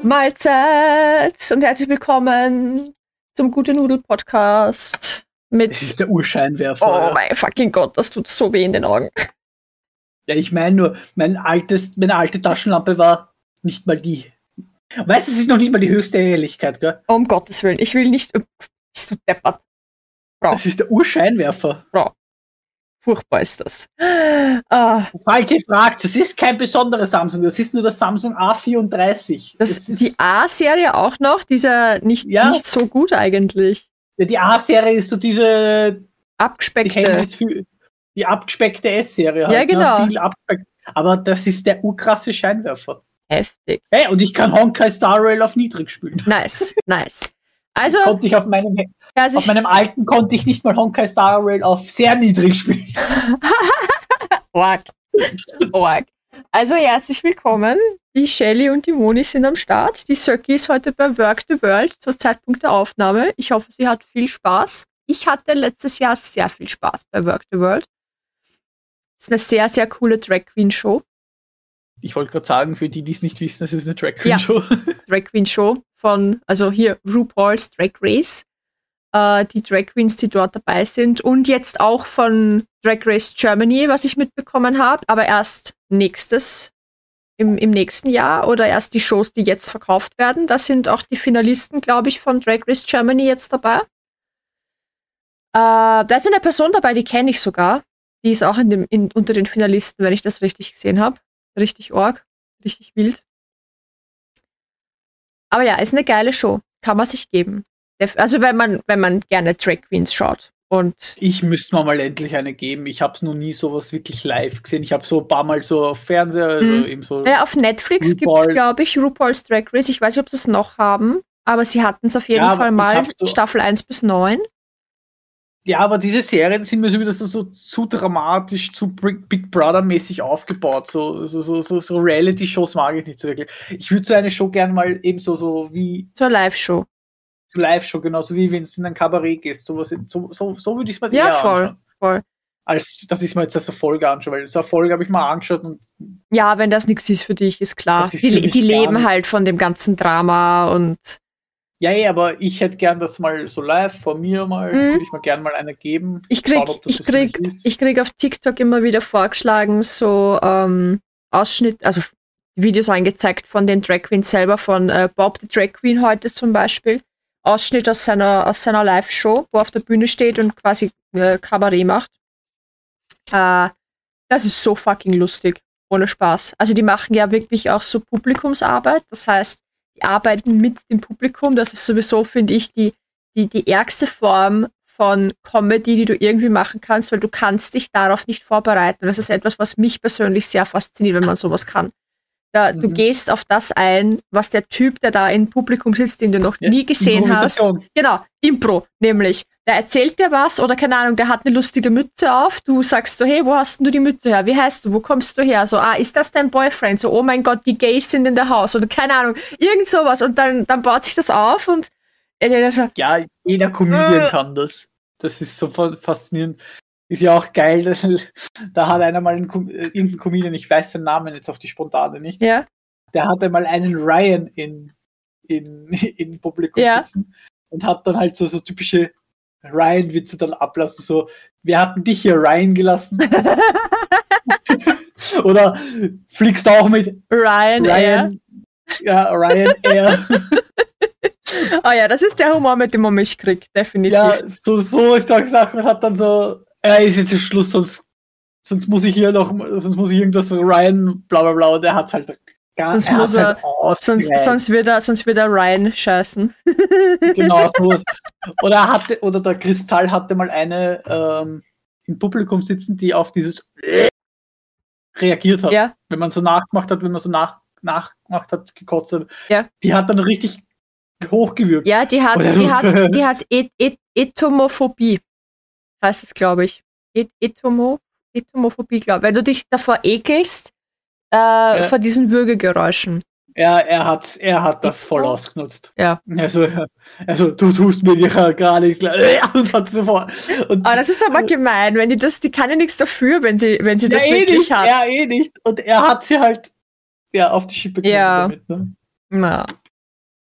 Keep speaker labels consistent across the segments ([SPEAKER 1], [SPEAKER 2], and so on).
[SPEAKER 1] Mahlzeit und herzlich willkommen zum Gute-Nudel-Podcast mit...
[SPEAKER 2] Das ist der Urscheinwerfer.
[SPEAKER 1] Oh mein fucking Gott, das tut so weh in den Augen.
[SPEAKER 2] Ja, ich meine nur, meine alte Taschenlampe war nicht mal die. Weißt du, es ist noch nicht mal die höchste Helligkeit, gell?
[SPEAKER 1] Um Gottes Willen, ich will nicht... Bist du deppert? Bro.
[SPEAKER 2] Das ist der Urscheinwerfer.
[SPEAKER 1] Bro. Furchtbar ist das.
[SPEAKER 2] Falls ihr fragt, das ist kein besonderes Samsung, das ist nur das Samsung A34.
[SPEAKER 1] Das ist die A-Serie auch noch, dieser nicht so gut eigentlich.
[SPEAKER 2] Ja, die A-Serie ist so diese
[SPEAKER 1] abgespeckte.
[SPEAKER 2] Die abgespeckte S-Serie.
[SPEAKER 1] Ja, genau.
[SPEAKER 2] Viel abgespeckt. Aber das ist der urkrasse Scheinwerfer.
[SPEAKER 1] Heftig.
[SPEAKER 2] Hey, und ich kann Honkai Star Rail auf niedrig spielen.
[SPEAKER 1] Nice. Also,
[SPEAKER 2] konnte ich auf meinem alten konnte ich nicht mal Honkai Star Rail auf sehr niedrig spielen.
[SPEAKER 1] Org. Also herzlich willkommen. Die Shelly und die Moni sind am Start. Die Söcki ist heute bei Work the World zur Zeitpunkt der Aufnahme. Ich hoffe, sie hat viel Spaß. Ich hatte letztes Jahr sehr viel Spaß bei Work the World. Das ist eine sehr, sehr coole Drag Queen Show. Ich
[SPEAKER 2] wollte gerade sagen, für die, die es nicht wissen, es ist eine Drag Queen Show.
[SPEAKER 1] Drag Queen Show von, also hier RuPaul's Drag Race. Die Drag Queens, die dort dabei sind. Und jetzt auch von Drag Race Germany, was ich mitbekommen habe. Aber erst im nächsten Jahr oder erst die Shows, die jetzt verkauft werden. Da sind auch die Finalisten, glaube ich, von Drag Race Germany jetzt dabei. Da ist eine Person dabei, die kenne ich sogar. Die ist auch unter den Finalisten, wenn ich das richtig gesehen habe. Richtig arg, richtig wild. Aber ja, ist eine geile Show. Kann man sich geben. Also wenn man gerne Drag Queens schaut. Und
[SPEAKER 2] ich müsste mir mal endlich eine geben. Ich habe es noch nie sowas wirklich live gesehen. Ich habe so ein paar Mal so auf Fernseher, also eben so.
[SPEAKER 1] Ja, auf Netflix gibt es, glaube ich, RuPaul's Drag Race. Ich weiß nicht, ob sie es noch haben, aber sie hatten es auf jeden Fall mal, Staffel 1 bis 9.
[SPEAKER 2] Ja, aber diese Serien sind mir so wieder so zu dramatisch, zu Big Brother-mäßig aufgebaut. So Reality-Shows mag ich nicht so wirklich. Ich würde so eine Show gerne mal eben so wie...
[SPEAKER 1] Zur Live-Show.
[SPEAKER 2] Zur Live-Show, genauso wie wenn es in ein Kabarett gehst. So würde ich es mal
[SPEAKER 1] eher anschauen. Voll.
[SPEAKER 2] Als dass ich es mir jetzt als eine Folge anschaue, weil so eine Folge habe ich mal angeschaut. Und
[SPEAKER 1] ja, wenn das nichts ist für dich, ist klar. Die leben halt von dem ganzen Drama und...
[SPEAKER 2] Ja, aber ich hätte gern das mal so live von mir mal, würde ich mal gern mal eine geben.
[SPEAKER 1] Ich krieg auf TikTok immer wieder vorgeschlagen, so Ausschnitt, also Videos angezeigt von den Drag Queens selber, von Bob the Drag Queen heute zum Beispiel. Ausschnitt aus seiner Live-Show, wo er auf der Bühne steht und quasi Kabarett macht. Das ist so fucking lustig, ohne Spaß. Also die machen ja wirklich auch so Publikumsarbeit, das heißt, die arbeiten mit dem Publikum. Das ist sowieso, finde ich, die ärgste Form von Comedy, die du irgendwie machen kannst, weil du kannst dich darauf nicht vorbereiten. Und das ist etwas, was mich persönlich sehr fasziniert, wenn man sowas kann. Du gehst auf das ein, was der Typ, der da im Publikum sitzt, den du noch nie gesehen hast. Genau, Impro, nämlich. Der erzählt dir was oder keine Ahnung, der hat eine lustige Mütze auf. Du sagst so, hey, wo hast denn du die Mütze her? Wie heißt du? Wo kommst du her? So, ist das dein Boyfriend? So, oh mein Gott, die Gays sind in der Haus oder keine Ahnung, irgend sowas. Und dann baut sich das auf und so,
[SPEAKER 2] ja, jeder Comedian kann das. Das ist so faszinierend. Ist ja auch geil, da hat einer mal irgendein Comedian, ich weiß seinen Namen jetzt auf die Spontane nicht,
[SPEAKER 1] ja.
[SPEAKER 2] Der hatte mal einen Ryan in Publikum sitzen und hat dann halt so typische Ryan-Witze dann ablassen, so, wir hatten dich hier Ryan gelassen. Oder fliegst du auch mit
[SPEAKER 1] Ryan Air?
[SPEAKER 2] Ja, Ryan Air.
[SPEAKER 1] Oh ja, das ist der Humor, mit dem man mich kriegt, definitiv.
[SPEAKER 2] Ja, so ist da gesagt, man hat dann so, ist jetzt Schluss, sonst muss ich irgendwas Ryan, bla bla bla, der hat's halt gar nicht.
[SPEAKER 1] Sonst wird er Ryan scheißen.
[SPEAKER 2] Genau, sowas. Oder der Kristall hatte mal eine im Publikum sitzen, die auf dieses reagiert hat.
[SPEAKER 1] Ja.
[SPEAKER 2] Wenn man so nachgemacht hat, nachgemacht hat, gekotzt hat.
[SPEAKER 1] Ja.
[SPEAKER 2] Die hat dann richtig hochgewürgt.
[SPEAKER 1] Ja, die hat Etomophobie. Heißt es, glaube ich. Etomophobie, glaube ich. Wenn du dich davor ekelst, vor diesen Würgegeräuschen.
[SPEAKER 2] Ja, er hat das voll ausgenutzt.
[SPEAKER 1] Ja.
[SPEAKER 2] Also du tust mir gerade und hat sofort.
[SPEAKER 1] Das ist aber gemein, wenn die kann ja nichts dafür, wenn sie das wirklich hat.
[SPEAKER 2] Ja, nicht. Und er hat sie halt auf die Schippe genommen damit, ne?
[SPEAKER 1] Ja.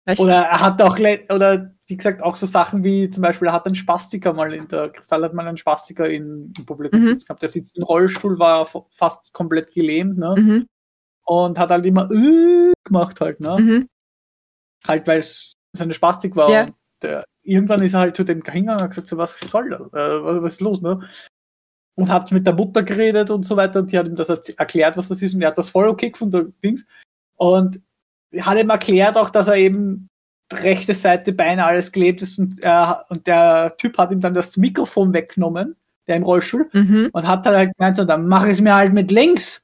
[SPEAKER 2] Oder er hat auch, oder wie gesagt, auch so Sachen wie zum Beispiel, er hat einen Spastiker mal in der Kristall hat mal einen Spastiker im Publikum sitzen gehabt. Der sitzt im Rollstuhl, war fast komplett gelähmt, ne? Und hat halt immer gemacht halt, ne? Halt, weil es seine Spastik war.
[SPEAKER 1] Ja.
[SPEAKER 2] Und irgendwann ist er halt zu dem hingegangen und hat gesagt, so, was soll das? Was ist los, ne? Und hat mit der Mutter geredet und so weiter und die hat ihm das erklärt, was das ist und er hat das voll okay gefunden, Dings. Und hat ihm erklärt auch, dass er eben rechte Seite, Beine, alles gelebt ist und der Typ hat ihm dann das Mikrofon weggenommen, der im Rollstuhl, und hat halt gemeint, so, dann mach ich es mir halt mit links.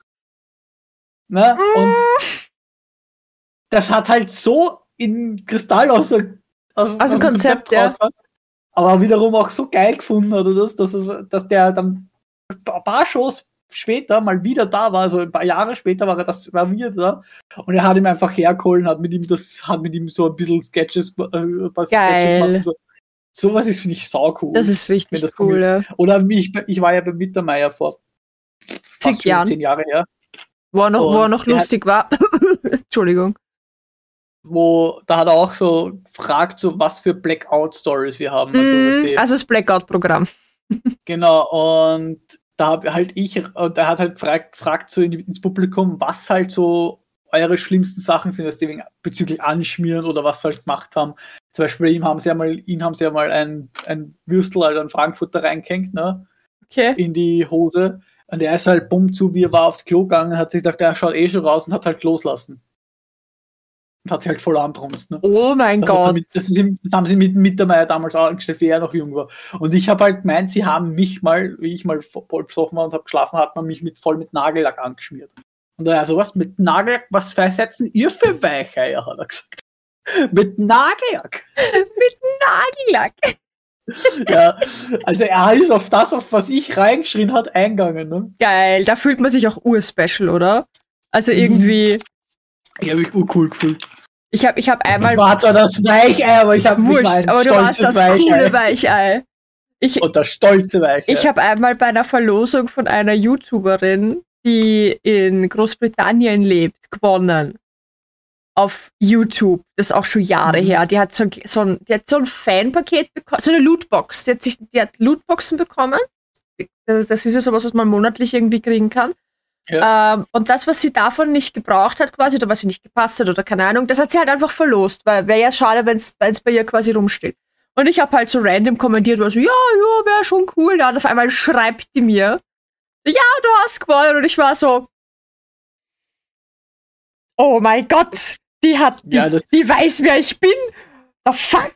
[SPEAKER 2] Ne? Und das hat halt so in Kristall aus dem
[SPEAKER 1] Konzept, ja.
[SPEAKER 2] Aber wiederum auch so geil gefunden, oder dass der dann ein paar Shows später mal wieder da war, also ein paar Jahre später war wieder da und er hat ihm einfach hergeholt und hat mit ihm so ein bisschen Sketches gemacht. So was ist, finde ich, sau cool.
[SPEAKER 1] Das ist richtig cool, ja.
[SPEAKER 2] Oder ich war ja bei Mittermeier vor 10 Jahre her.
[SPEAKER 1] Wo er noch lustig war. Entschuldigung.
[SPEAKER 2] Da hat er auch so gefragt, so was für Blackout-Stories wir haben.
[SPEAKER 1] Also das Blackout-Programm.
[SPEAKER 2] Genau, und da habe halt und er hat halt gefragt so ins Publikum, was halt so eure schlimmsten Sachen sind, dass die bezüglich Anschmieren oder was sie halt gemacht haben. Zum Beispiel bei ihm haben sie ja mal ein Würstel, also ein Frankfurter reingehängt, ne?
[SPEAKER 1] Okay.
[SPEAKER 2] In die Hose. Und er ist halt bumm zu, wie er war aufs Klo gegangen, hat sich gedacht, der schaut eh schon raus und hat halt loslassen. Und hat sich halt voll anbrumst. Ne?
[SPEAKER 1] Oh mein Gott.
[SPEAKER 2] Das haben sie mit Mittermeier damals auch gestellt, wie er noch jung war. Und ich habe halt gemeint, sie haben mich mal, wie ich mal voll besoffen war und habe geschlafen, hat man mich voll mit Nagellack angeschmiert. Und er so, was mit Nagellack, was versetzen ihr für Weicheier, hat er gesagt. Mit Nagellack.
[SPEAKER 1] Mit Nagellack.
[SPEAKER 2] Ja, also er ist auf was ich reingeschrien hat, eingegangen. Ne?
[SPEAKER 1] Geil, da fühlt man sich auch urspecial, oder? Also irgendwie...
[SPEAKER 2] Ja, hab ich urcool gefühlt.
[SPEAKER 1] Ich hab einmal...
[SPEAKER 2] Ich war zwar das Weichei, aber ich hab
[SPEAKER 1] wurscht, aber du warst das coole Weichei.
[SPEAKER 2] Und das stolze Weichei.
[SPEAKER 1] Ich habe einmal bei einer Verlosung von einer YouTuberin, die in Großbritannien lebt, gewonnen. Auf YouTube. Das ist auch schon Jahre her. Die hat so ein Fanpaket bekommen, so eine Lootbox. Die hat Lootboxen bekommen. Das ist ja sowas, was man monatlich irgendwie kriegen kann. Ja. Und das, was sie davon nicht gebraucht hat, quasi, oder was sie nicht gepasst hat, oder keine Ahnung, das hat sie halt einfach verlost, weil wäre ja schade, wenn es bei ihr quasi rumsteht. Und ich habe halt so random kommentiert, war so, ja, wäre schon cool. Ja, und auf einmal schreibt die mir, ja, du hast gewonnen. Und ich war so, oh mein Gott, die weiß, wer ich bin. The fuck?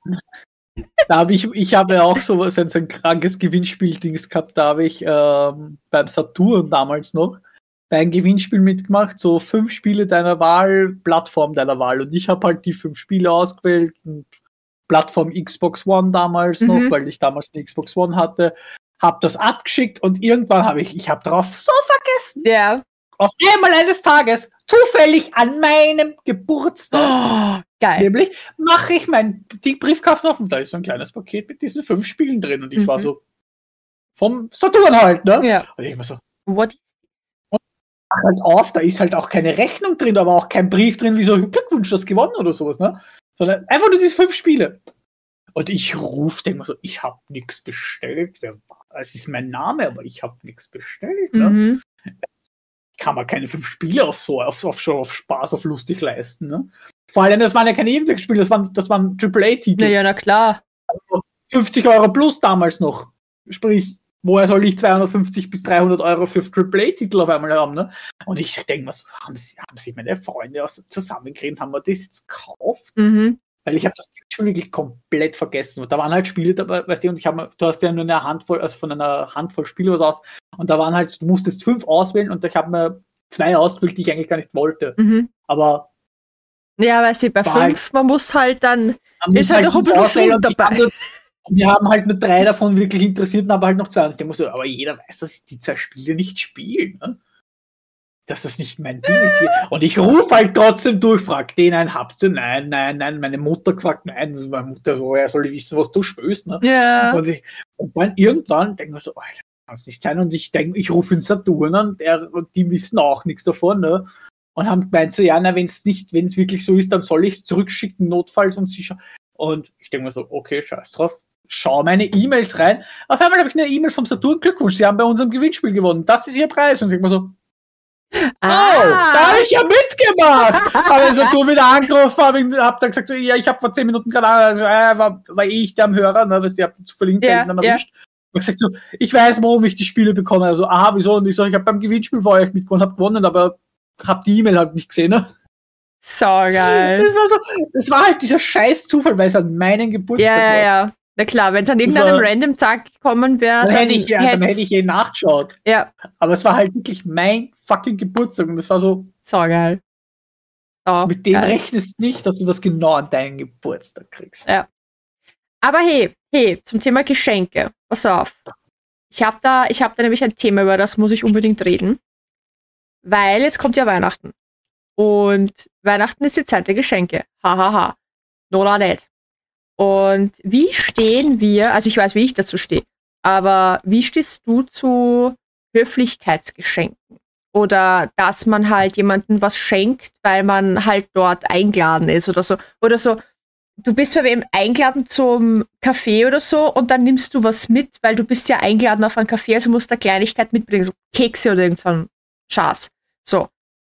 [SPEAKER 2] Da habe ich habe ja auch so ein krankes Gewinnspiel-Dings gehabt, da habe ich beim Saturn damals noch bei einem Gewinnspiel mitgemacht, so 5 Spiele deiner Wahl, Plattform deiner Wahl. Und ich habe halt die 5 Spiele ausgewählt, Plattform Xbox One damals noch, weil ich damals eine Xbox One hatte, habe das abgeschickt und irgendwann habe ich habe drauf so vergessen.
[SPEAKER 1] Ja.
[SPEAKER 2] Auf einmal eines Tages, zufällig an meinem Geburtstag,
[SPEAKER 1] geil.
[SPEAKER 2] Nämlich mache ich die Briefkasten auf und da ist so ein kleines Paket mit diesen 5 Spielen drin und ich war so vom Saturn halt, ne?
[SPEAKER 1] Ja.
[SPEAKER 2] Und ich immer so,
[SPEAKER 1] what is
[SPEAKER 2] und mach halt auf, da ist halt auch keine Rechnung drin, aber auch kein Brief drin, wie so Glückwunsch, das gewonnen oder sowas, ne? Sondern einfach nur diese 5 Spiele. Und ich denke mal so, ich habe nichts bestellt. Es ist mein Name, aber ich habe nichts bestellt, ne? Kann man keine 5 Spiele auf Spaß, auf lustig leisten. Ne? Vor allem, das waren ja keine irgendwelche Spiele, das waren AAA-Titel.
[SPEAKER 1] Ja, na klar.
[SPEAKER 2] Also 50 € plus damals noch. Sprich, woher soll ich 250 bis 300 € für AAA-Titel auf einmal haben? Ne? Und ich denke mal, so, haben sie meine Freunde zusammengekriegt, haben wir das jetzt gekauft? Weil ich habe das schon wirklich komplett vergessen. Und da waren halt Spiele dabei, weißt du, und du hast ja nur eine Handvoll, also von einer Handvoll Spiele was aus. Und da waren halt, du musstest 5 auswählen und ich habe mir 2 ausgewählt, die ich eigentlich gar nicht wollte. Aber
[SPEAKER 1] ja, weißt du, bei 5, man muss halt dann, ist halt auch ein bisschen Schuld dabei.
[SPEAKER 2] Wir haben halt nur 3 davon wirklich interessiert, aber halt noch 2. Und ich denke so, aber jeder weiß, dass ich die 2 Spiele nicht spiele, ne? Dass das nicht mein Ding ist hier. Und ich rufe halt trotzdem durch, frag den einen, habt ihr? Nein. Meine Mutter gefragt, nein. Meine Mutter, woher soll ich wissen, was du spürst, ne?
[SPEAKER 1] Ja.
[SPEAKER 2] Und dann irgendwann denke ich so, Alter, kann es nicht sein. Und ich denke, ich rufe den Saturn an und die wissen auch nichts davon, ne? Und haben gemeint so, ja, na, wenn es wirklich so ist, dann soll ich es zurückschicken, notfalls und sicher. Und ich denke mir so, okay, scheiß drauf. Schau meine E-Mails rein. Auf einmal habe ich eine E-Mail vom Saturn, Glückwunsch, Sie haben bei unserem Gewinnspiel gewonnen. Das ist Ihr Preis. Und ich denke mir so, da habe ich ja mitgemacht. Aber den Saturn wieder angerufen, hab dann gesagt, so, ja, ich habe vor 10 Minuten gerade, also, war ich der am Hörer, ne, weil ich habe zufällig Zellen dann erwischt. Und gesagt so, ich weiß, warum ich die Spiele bekomme. Also, aha, wieso? Und ich so, ich habe beim Gewinnspiel bei euch mitgewonnen, habe gewonnen, aber habe die E-Mail halt nicht gesehen, ne?
[SPEAKER 1] So geil.
[SPEAKER 2] Das war halt dieser scheiß Zufall, weil es an meinen Geburtstag war.
[SPEAKER 1] Ja. Na klar, wenn es an irgendeinem random Tag gekommen wäre,
[SPEAKER 2] dann hätte ich nachgeschaut.
[SPEAKER 1] Ja.
[SPEAKER 2] Aber es war halt wirklich mein fucking Geburtstag und das war so.
[SPEAKER 1] So geil. So
[SPEAKER 2] mit dem
[SPEAKER 1] geil.
[SPEAKER 2] rechnest nicht, dass du das genau an deinen Geburtstag kriegst.
[SPEAKER 1] Ja. Aber hey, zum Thema Geschenke. Pass auf. Ich hab da nämlich ein Thema, über das muss ich unbedingt reden. Weil jetzt kommt ja Weihnachten. Und Weihnachten ist die Zeit der Geschenke. Hahaha. Oder nicht. Und wie stehen wir, also ich weiß, wie ich dazu stehe, aber wie stehst du zu Höflichkeitsgeschenken? Oder dass man halt jemandem was schenkt, weil man halt dort eingeladen ist oder so. Oder so, du bist bei wem eingeladen zum Kaffee oder so und dann nimmst du was mit, weil du bist ja eingeladen auf ein Kaffee, also musst du eine Kleinigkeit mitbringen, so Kekse oder irgend so ein Schaß. So.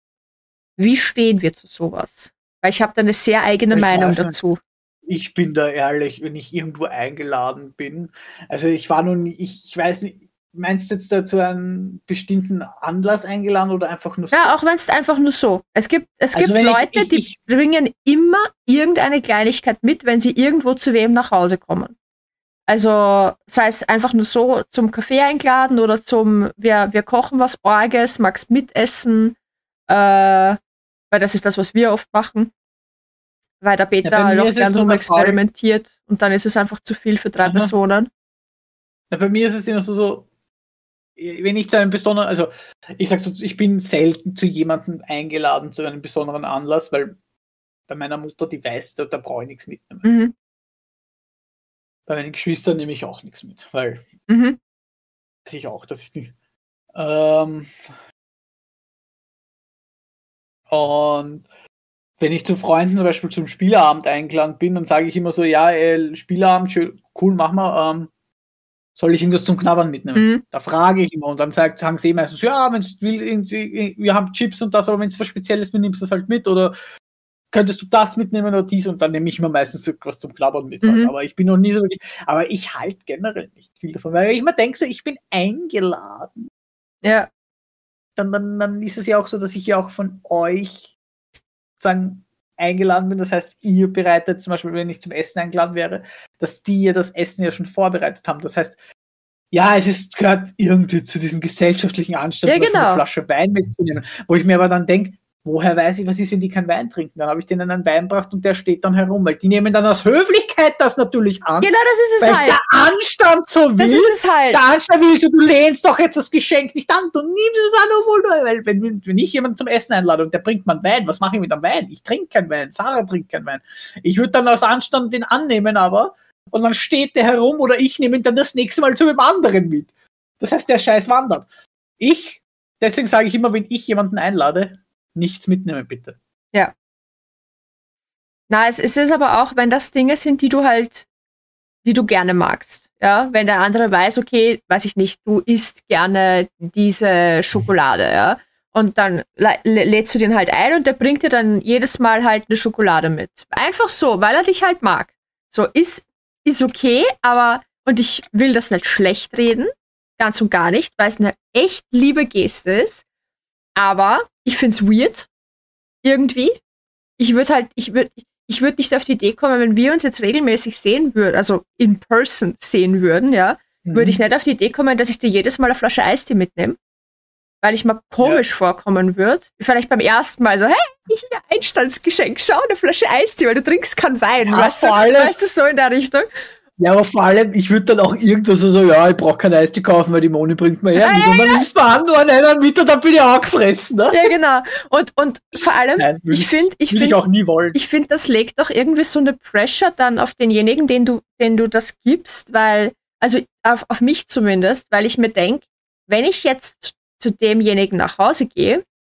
[SPEAKER 1] Wie stehen wir zu sowas? Weil ich habe da eine sehr eigene Meinung dazu.
[SPEAKER 2] Ich bin da ehrlich, wenn ich irgendwo eingeladen bin. Also ich war nun, ich weiß nicht, meinst du jetzt da zu einem bestimmten Anlass eingeladen oder einfach nur so?
[SPEAKER 1] Ja, auch wenn es einfach nur so. Es gibt Leute, die bringen immer irgendeine Kleinigkeit mit, wenn sie irgendwo zu wem nach Hause kommen. Also sei es einfach nur so zum Kaffee eingeladen oder zum wir kochen was Orges, magst mitessen, weil das ist das, was wir oft machen. Weil der Peter halt auch gern rum experimentiert und dann ist es einfach zu viel für 3 Personen.
[SPEAKER 2] Ja, bei mir ist es immer so, wenn ich zu einem besonderen, also ich sag so, ich bin selten zu jemandem eingeladen zu einem besonderen Anlass, weil bei meiner Mutter, die weiß, da brauche ich nichts mitnehmen.
[SPEAKER 1] Mhm.
[SPEAKER 2] Bei meinen Geschwistern nehme ich auch nichts mit, weil weiß ich auch, dass ich nicht. Und wenn ich zu Freunden zum Beispiel zum Spieleabend eingeladen bin, dann sage ich immer so, ja, Spieleabend, schön, cool, machen wir, soll ich irgendwas zum Knabbern mitnehmen? Da frage ich immer und dann sagen sie meistens, ja, wenn du willst, wir haben Chips und das, aber wenn es was Spezielles mitnimmst, das halt mit oder könntest du das mitnehmen oder dies und dann nehme ich immer meistens was zum Knabbern mit. Aber ich bin noch nie so wirklich, aber ich halte generell nicht viel davon, weil ich mir denke so, ich bin eingeladen.
[SPEAKER 1] Ja.
[SPEAKER 2] Dann ist es ja auch so, dass ich ja auch von euch sozusagen eingeladen bin. Das heißt, ihr bereitet zum Beispiel, wenn ich zum Essen eingeladen wäre, dass die ja das Essen ja schon vorbereitet haben. Das heißt, ja, gehört irgendwie zu diesem gesellschaftlichen Anstand,
[SPEAKER 1] ja, genau,
[SPEAKER 2] eine Flasche Wein mitzunehmen. Wo ich mir aber dann denke, woher weiß ich, was ist, wenn die keinen Wein trinken? Dann habe ich denen einen Wein gebracht und der steht dann herum, weil die nehmen dann aus Höflichkeit das natürlich an.
[SPEAKER 1] Genau, das ist es halt.
[SPEAKER 2] Weil der Anstand so will.
[SPEAKER 1] Das ist es halt.
[SPEAKER 2] Der Anstand will so, du lehnst doch jetzt das Geschenk nicht an, du nimmst es an, obwohl du, weil wenn ich jemanden zum Essen einlade und der bringt mir Wein, was mache ich mit dem Wein? Ich trinke keinen Wein, Sarah trinkt keinen Wein. Ich würde dann aus Anstand den annehmen, aber, und dann steht der herum oder ich nehme ihn dann das nächste Mal zu einem anderen mit. Das heißt, der Scheiß wandert. Deswegen sage ich immer, wenn ich jemanden einlade, nichts mitnehmen, bitte.
[SPEAKER 1] Ja. Na, es ist aber auch, wenn das Dinge sind, die du gerne magst. Ja, wenn der andere weiß, okay, weiß ich nicht, du isst gerne diese Schokolade, ja. Und dann lädst du den halt ein und der bringt dir dann jedes Mal halt eine Schokolade mit. Einfach so, weil er dich halt mag. So, ist okay, aber, und ich will das nicht schlecht reden, ganz und gar nicht, weil es eine echt liebe Geste ist. Aber ich find's weird. Irgendwie. Ich würde nicht auf die Idee kommen, wenn wir uns jetzt regelmäßig sehen würden, also in person sehen würden, ja, würde ich nicht auf die Idee kommen, dass ich dir jedes Mal eine Flasche Eistee mitnehme. Weil ich mir komisch vorkommen würde. Vielleicht beim ersten Mal so, hey, hier Einstandsgeschenk, schau, eine Flasche Eistee, weil du trinkst keinen Wein. Ja, weißt du, so in der Richtung.
[SPEAKER 2] Ja, aber vor allem, ich würde dann auch irgendwas so, ja, ich brauche kein Eistee kaufen, weil die Moni bringt mir her. Und dann nimmst du mal an, nur einen mit und dann bin ich auch gefressen, ne?
[SPEAKER 1] Ja, genau. Und vor allem,
[SPEAKER 2] Nein,
[SPEAKER 1] ich finde,
[SPEAKER 2] auch nie wollen.
[SPEAKER 1] Ich finde, das legt auch irgendwie so eine Pressure dann auf denjenigen, den du das gibst, weil, also auf mich zumindest, weil ich mir denke, wenn ich jetzt zu demjenigen nach Hause gehe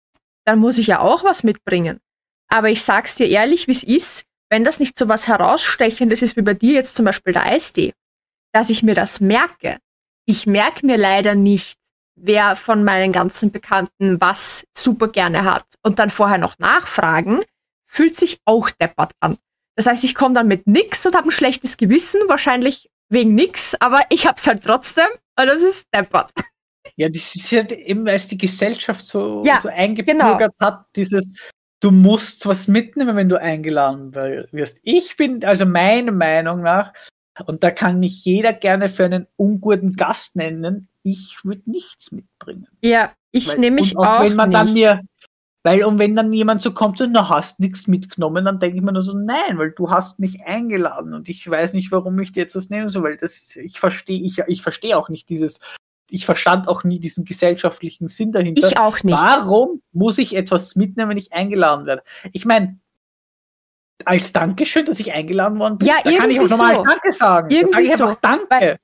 [SPEAKER 1] dann muss ich ja auch was mitbringen. Aber ich sag's dir ehrlich, wie es ist, wenn das nicht so was Herausstechendes ist, wie bei dir jetzt zum Beispiel der Eistee, dass ich mir das merke. Ich merke mir leider nicht, wer von meinen ganzen Bekannten was super gerne hat und dann vorher noch nachfragen, fühlt sich auch deppert an. Das heißt, ich komme dann mit nix und habe ein schlechtes Gewissen, wahrscheinlich wegen nix, aber ich hab's halt trotzdem und das ist deppert.
[SPEAKER 2] Ja, das ist ja eben, weil es die Gesellschaft so
[SPEAKER 1] genau.
[SPEAKER 2] eingebürgert hat, dieses, du musst was mitnehmen, wenn du eingeladen wirst. Ich bin, also meiner Meinung nach, und da kann mich jeder gerne für einen unguten Gast nennen, ich würde nichts mitbringen.
[SPEAKER 1] Ja, ich nehme mich auch
[SPEAKER 2] wenn man
[SPEAKER 1] nicht.
[SPEAKER 2] Dann mir, und wenn dann jemand so kommt und du hast nichts mitgenommen, dann denke ich mir nur so, nein, weil du hast mich eingeladen und ich weiß nicht, warum ich dir jetzt was nehmen soll, weil ich verstehe auch nicht ich verstand auch nie diesen gesellschaftlichen Sinn dahinter.
[SPEAKER 1] Ich auch nicht.
[SPEAKER 2] Warum muss ich etwas mitnehmen, wenn ich eingeladen werde? Ich meine, als Dankeschön, dass ich eingeladen worden bin,
[SPEAKER 1] ja,
[SPEAKER 2] da kann ich auch normal Danke sagen.
[SPEAKER 1] Irgendwie
[SPEAKER 2] da sage ich einfach Danke.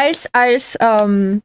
[SPEAKER 1] Weil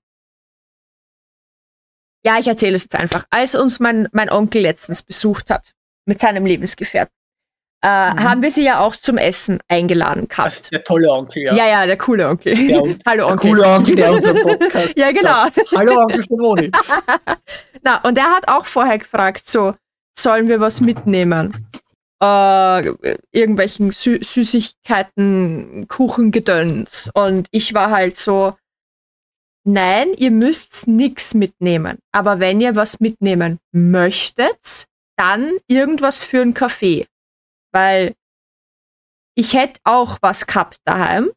[SPEAKER 1] ja, ich erzähle es jetzt einfach. Als uns mein Onkel letztens besucht hat, mit seinem Lebensgefährten, haben wir sie ja auch zum Essen eingeladen gehabt.
[SPEAKER 2] Das ist der tolle Onkel, ja.
[SPEAKER 1] Ja, der coole Onkel. Hallo Onkel.
[SPEAKER 2] Der coole Onkel, der unseren Podcast
[SPEAKER 1] ja, genau.
[SPEAKER 2] sagt. Hallo Onkel von Moni.
[SPEAKER 1] Na, und er hat auch vorher gefragt, so, sollen wir was mitnehmen? Irgendwelchen Süßigkeiten, Kuchengedöns. Und ich war halt so, nein, ihr müsst nix mitnehmen. Aber wenn ihr was mitnehmen möchtet, dann irgendwas für einen Kaffee. Weil ich hätte auch was gehabt daheim.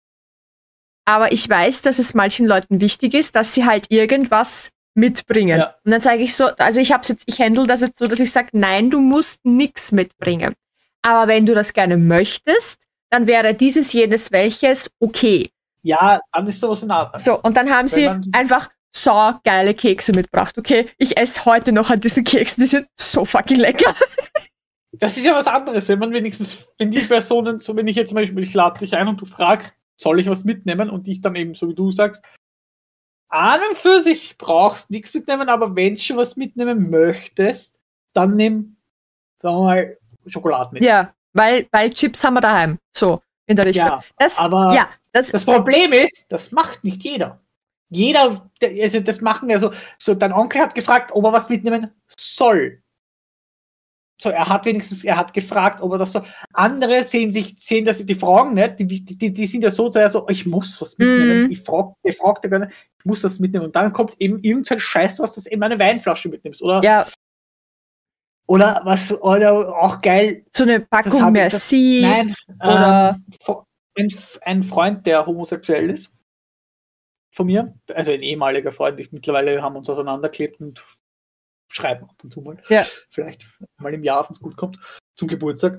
[SPEAKER 1] Aber ich weiß, dass es manchen Leuten wichtig ist, dass sie halt irgendwas mitbringen. Ja. Und dann sage ich so, also ich handle das jetzt so, dass ich sage, nein, du musst nix mitbringen. Aber wenn du das gerne möchtest, dann wäre dieses, jenes, welches okay.
[SPEAKER 2] Ja, dann ist sowas in Ordnung.
[SPEAKER 1] So, und dann haben sie einfach so geile Kekse mitgebracht. Okay, ich esse heute noch an diesen Keksen, die sind so fucking lecker.
[SPEAKER 2] Das ist ja was anderes, wenn man wenigstens, wenn die Personen, so wenn ich jetzt zum Beispiel, ich lade dich ein und du fragst, soll ich was mitnehmen? Und ich dann eben, so wie du sagst, an und für sich brauchst nichts mitnehmen, aber wenn du schon was mitnehmen möchtest, dann nimm, sagen wir mal, Schokolade mit.
[SPEAKER 1] Ja, weil Chips haben wir daheim. So, in der Richtung.
[SPEAKER 2] Ja, das Problem ist, das macht nicht jeder. Also das machen ja so, dein Onkel hat gefragt, ob er was mitnehmen soll. So, er hat gefragt, ob er das so. Andere sehen das, die fragen nicht, die sind ja so, ich muss was mitnehmen. Ich frag gar nicht, ich muss das mitnehmen. Und dann kommt eben irgendein Scheiß, was das eben eine Weinflasche mitnimmst, oder?
[SPEAKER 1] Ja.
[SPEAKER 2] Oder auch geil.
[SPEAKER 1] So eine Packung Merci.
[SPEAKER 2] Nein, oder ein Freund, der homosexuell ist, von mir, also ein ehemaliger Freund, mittlerweile haben wir uns auseinandergeklebt und schreiben ab und zu mal.
[SPEAKER 1] Ja.
[SPEAKER 2] Vielleicht mal im Jahr, wenn es gut kommt, zum Geburtstag.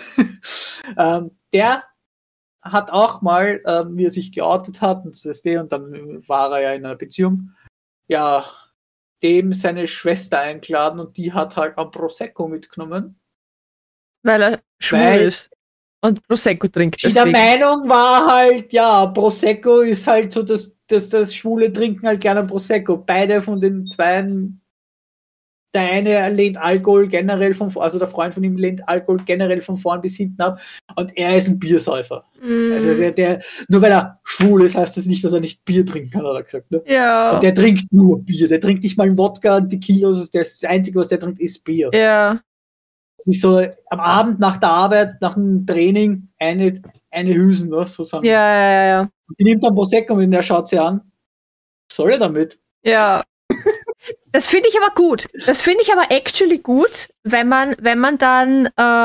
[SPEAKER 2] Der hat auch mal, wie er sich geoutet hat, und dann war er ja in einer Beziehung, ja, dem seine Schwester eingeladen und die hat halt am Prosecco mitgenommen.
[SPEAKER 1] Weil er schwul ist und Prosecco trinkt.
[SPEAKER 2] Die der Meinung war halt, ja, Prosecco ist halt so, dass das Schwule trinken halt gerne Prosecco. Beide von den Zweien. Der eine lehnt Alkohol generell also der Freund von ihm lehnt Alkohol generell von vorn bis hinten ab und er ist ein Biersäufer. Also der nur weil er schwul ist, heißt das nicht, dass er nicht Bier trinken kann, hat er gesagt. Ne?
[SPEAKER 1] Ja.
[SPEAKER 2] Und der trinkt nur Bier, der trinkt nicht mal einen Wodka, einen Tequila, das Einzige, was der trinkt, ist Bier.
[SPEAKER 1] Ja.
[SPEAKER 2] Das ist so am Abend nach der Arbeit, nach dem Training, eine Hülsen, ne, so sagen.
[SPEAKER 1] Ja.
[SPEAKER 2] Und die nimmt dann Prosecco und der schaut sie an. Was soll er damit?
[SPEAKER 1] Ja. Das finde ich aber gut. Das finde ich aber actually gut, wenn man dann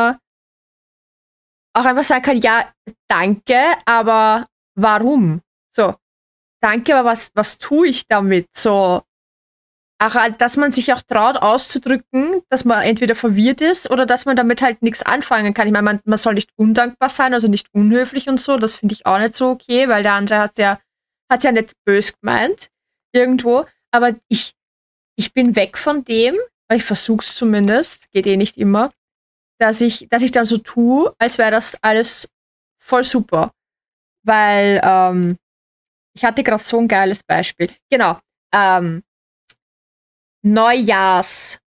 [SPEAKER 1] auch einfach sagen kann, ja, danke, aber warum? So, danke, aber was tue ich damit? So, auch, dass man sich auch traut auszudrücken, dass man entweder verwirrt ist oder dass man damit halt nichts anfangen kann. Ich meine, man soll nicht undankbar sein, also nicht unhöflich und so. Das finde ich auch nicht so okay, weil der andere hat's ja nicht böse gemeint irgendwo. Aber ich bin weg von dem, ich versuch's zumindest, geht eh nicht immer, dass ich dann so tue, als wäre das alles voll super. Weil, ich hatte gerade so ein geiles Beispiel. Genau,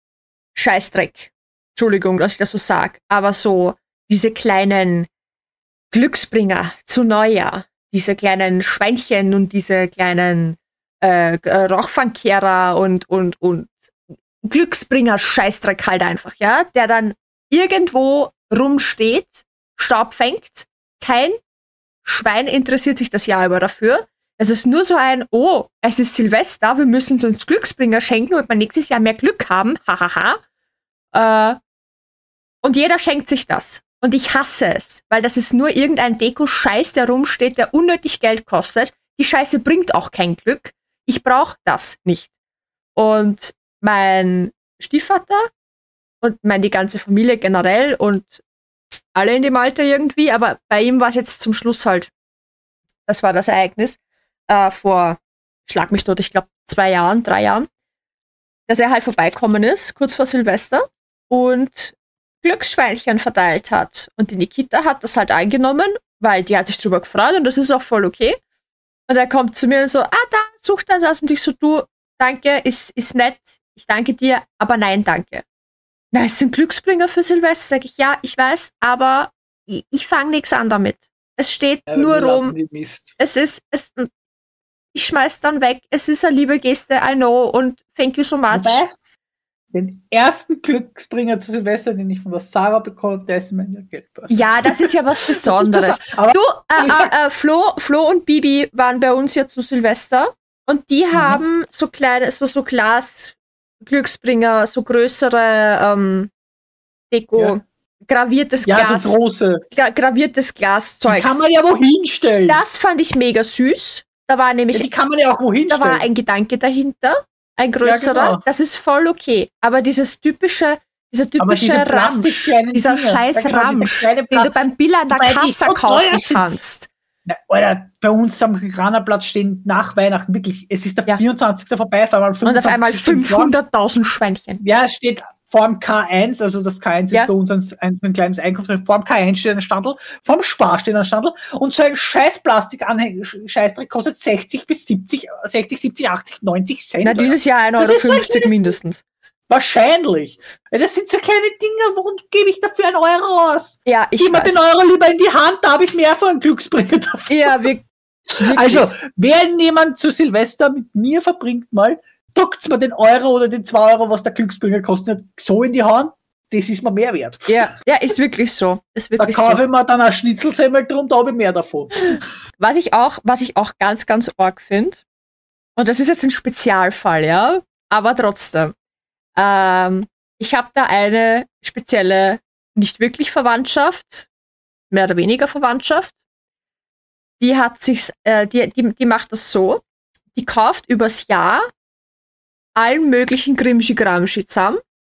[SPEAKER 1] Scheißdreck. Entschuldigung, dass ich das so sage. Aber so diese kleinen Glücksbringer zu Neujahr, diese kleinen Schweinchen und diese kleinen Rauchfangkehrer und Glücksbringer Scheißdreck halt einfach, ja, der dann irgendwo rumsteht, Staub fängt, kein Schwein interessiert sich das Jahr über dafür. Es ist nur so ein, oh, es ist Silvester, wir müssen uns Glücksbringer schenken, damit wir nächstes Jahr mehr Glück haben, hahaha. Und jeder schenkt sich das. Und ich hasse es, weil das ist nur irgendein Deko-Scheiß, der rumsteht, der unnötig Geld kostet. Die Scheiße bringt auch kein Glück. Ich brauche das nicht. Und mein Stiefvater und die ganze Familie generell und alle in dem Alter irgendwie, aber bei ihm war es jetzt zum Schluss halt, das war das Ereignis, vor, schlag mich tot, ich glaube 3 Jahren, dass er halt vorbeikommen ist, kurz vor Silvester, und Glücksschweinchen verteilt hat. Und die Nikita hat das halt eingenommen, weil die hat sich drüber gefreut und das ist auch voll okay. Und er kommt zu mir und so, da, such dann das. Und ich so, du, danke, ist nett, ich danke dir, aber nein, danke. Na, es sind Glücksbringer für Silvester, sag ich, ja, ich weiß, aber ich fange nichts an damit. Es steht nur rum. Ich schmeiß dann weg. Es ist eine liebe Geste, I know, und thank you so much.
[SPEAKER 2] Wobei, den ersten Glücksbringer zu Silvester, den ich von der Sarah bekomme, der ist in meiner Geldbörse.
[SPEAKER 1] Ja, das ist ja was Besonderes. Flo und Bibi waren bei uns ja zu Silvester und die haben so kleine, so Glas-Glücksbringer, so größere Deko, graviertes Glas.
[SPEAKER 2] So große.
[SPEAKER 1] Graviertes Glaszeugs.
[SPEAKER 2] Die kann man ja wohin stellen.
[SPEAKER 1] Das fand ich mega süß. Da war nämlich,
[SPEAKER 2] die kann man ja auch wohin stellen.
[SPEAKER 1] Da war ein Gedanke dahinter. Ein größerer, ja, genau. Das ist voll okay. Aber dieser typische Ramsch, dieser scheiß Ramsch, den du beim Billa an der Kasse kaufen kannst.
[SPEAKER 2] Na, Alter, bei uns am Granerplatz stehen nach Weihnachten wirklich, es ist der 24. vorbei,
[SPEAKER 1] und auf einmal 500.000 Schweinchen.
[SPEAKER 2] Ja, es steht vor dem K1, also das K1 ist bei uns ein kleines Einkaufsrecht, vor dem K1 steht ein Standel, vor dem Spar steht ein Standel und so ein scheiß Plastik-Scheißdreck kostet 60, 70, 80, 90 Cent.
[SPEAKER 1] Na, dieses Jahr 1,50 € mindestens.
[SPEAKER 2] Wahrscheinlich. Das sind so kleine Dinge, warum gebe ich dafür 1 € aus?
[SPEAKER 1] Ja, ich
[SPEAKER 2] Gib mir den Euro lieber in die Hand, da habe ich mehr von einem Glücksbringer dafür.
[SPEAKER 1] Ja, wirklich.
[SPEAKER 2] Also, wenn jemand zu Silvester mit mir verbringt mal, drückt mir den Euro oder den 2 €, was der Glücksbringer kostet, so in die Hand, das ist mir mehr wert.
[SPEAKER 1] Ja, ist wirklich so.
[SPEAKER 2] Da kaufe ich mir dann ein Schnitzelsemmel drum, da habe ich mehr davon.
[SPEAKER 1] Was ich auch ganz, ganz arg finde, und das ist jetzt ein Spezialfall, ja, aber trotzdem, ich habe da eine spezielle, nicht wirklich Verwandtschaft, mehr oder weniger Verwandtschaft, die hat sich, die macht das so, die kauft übers Jahr allen möglichen Grimschi-Gramschi zusammen,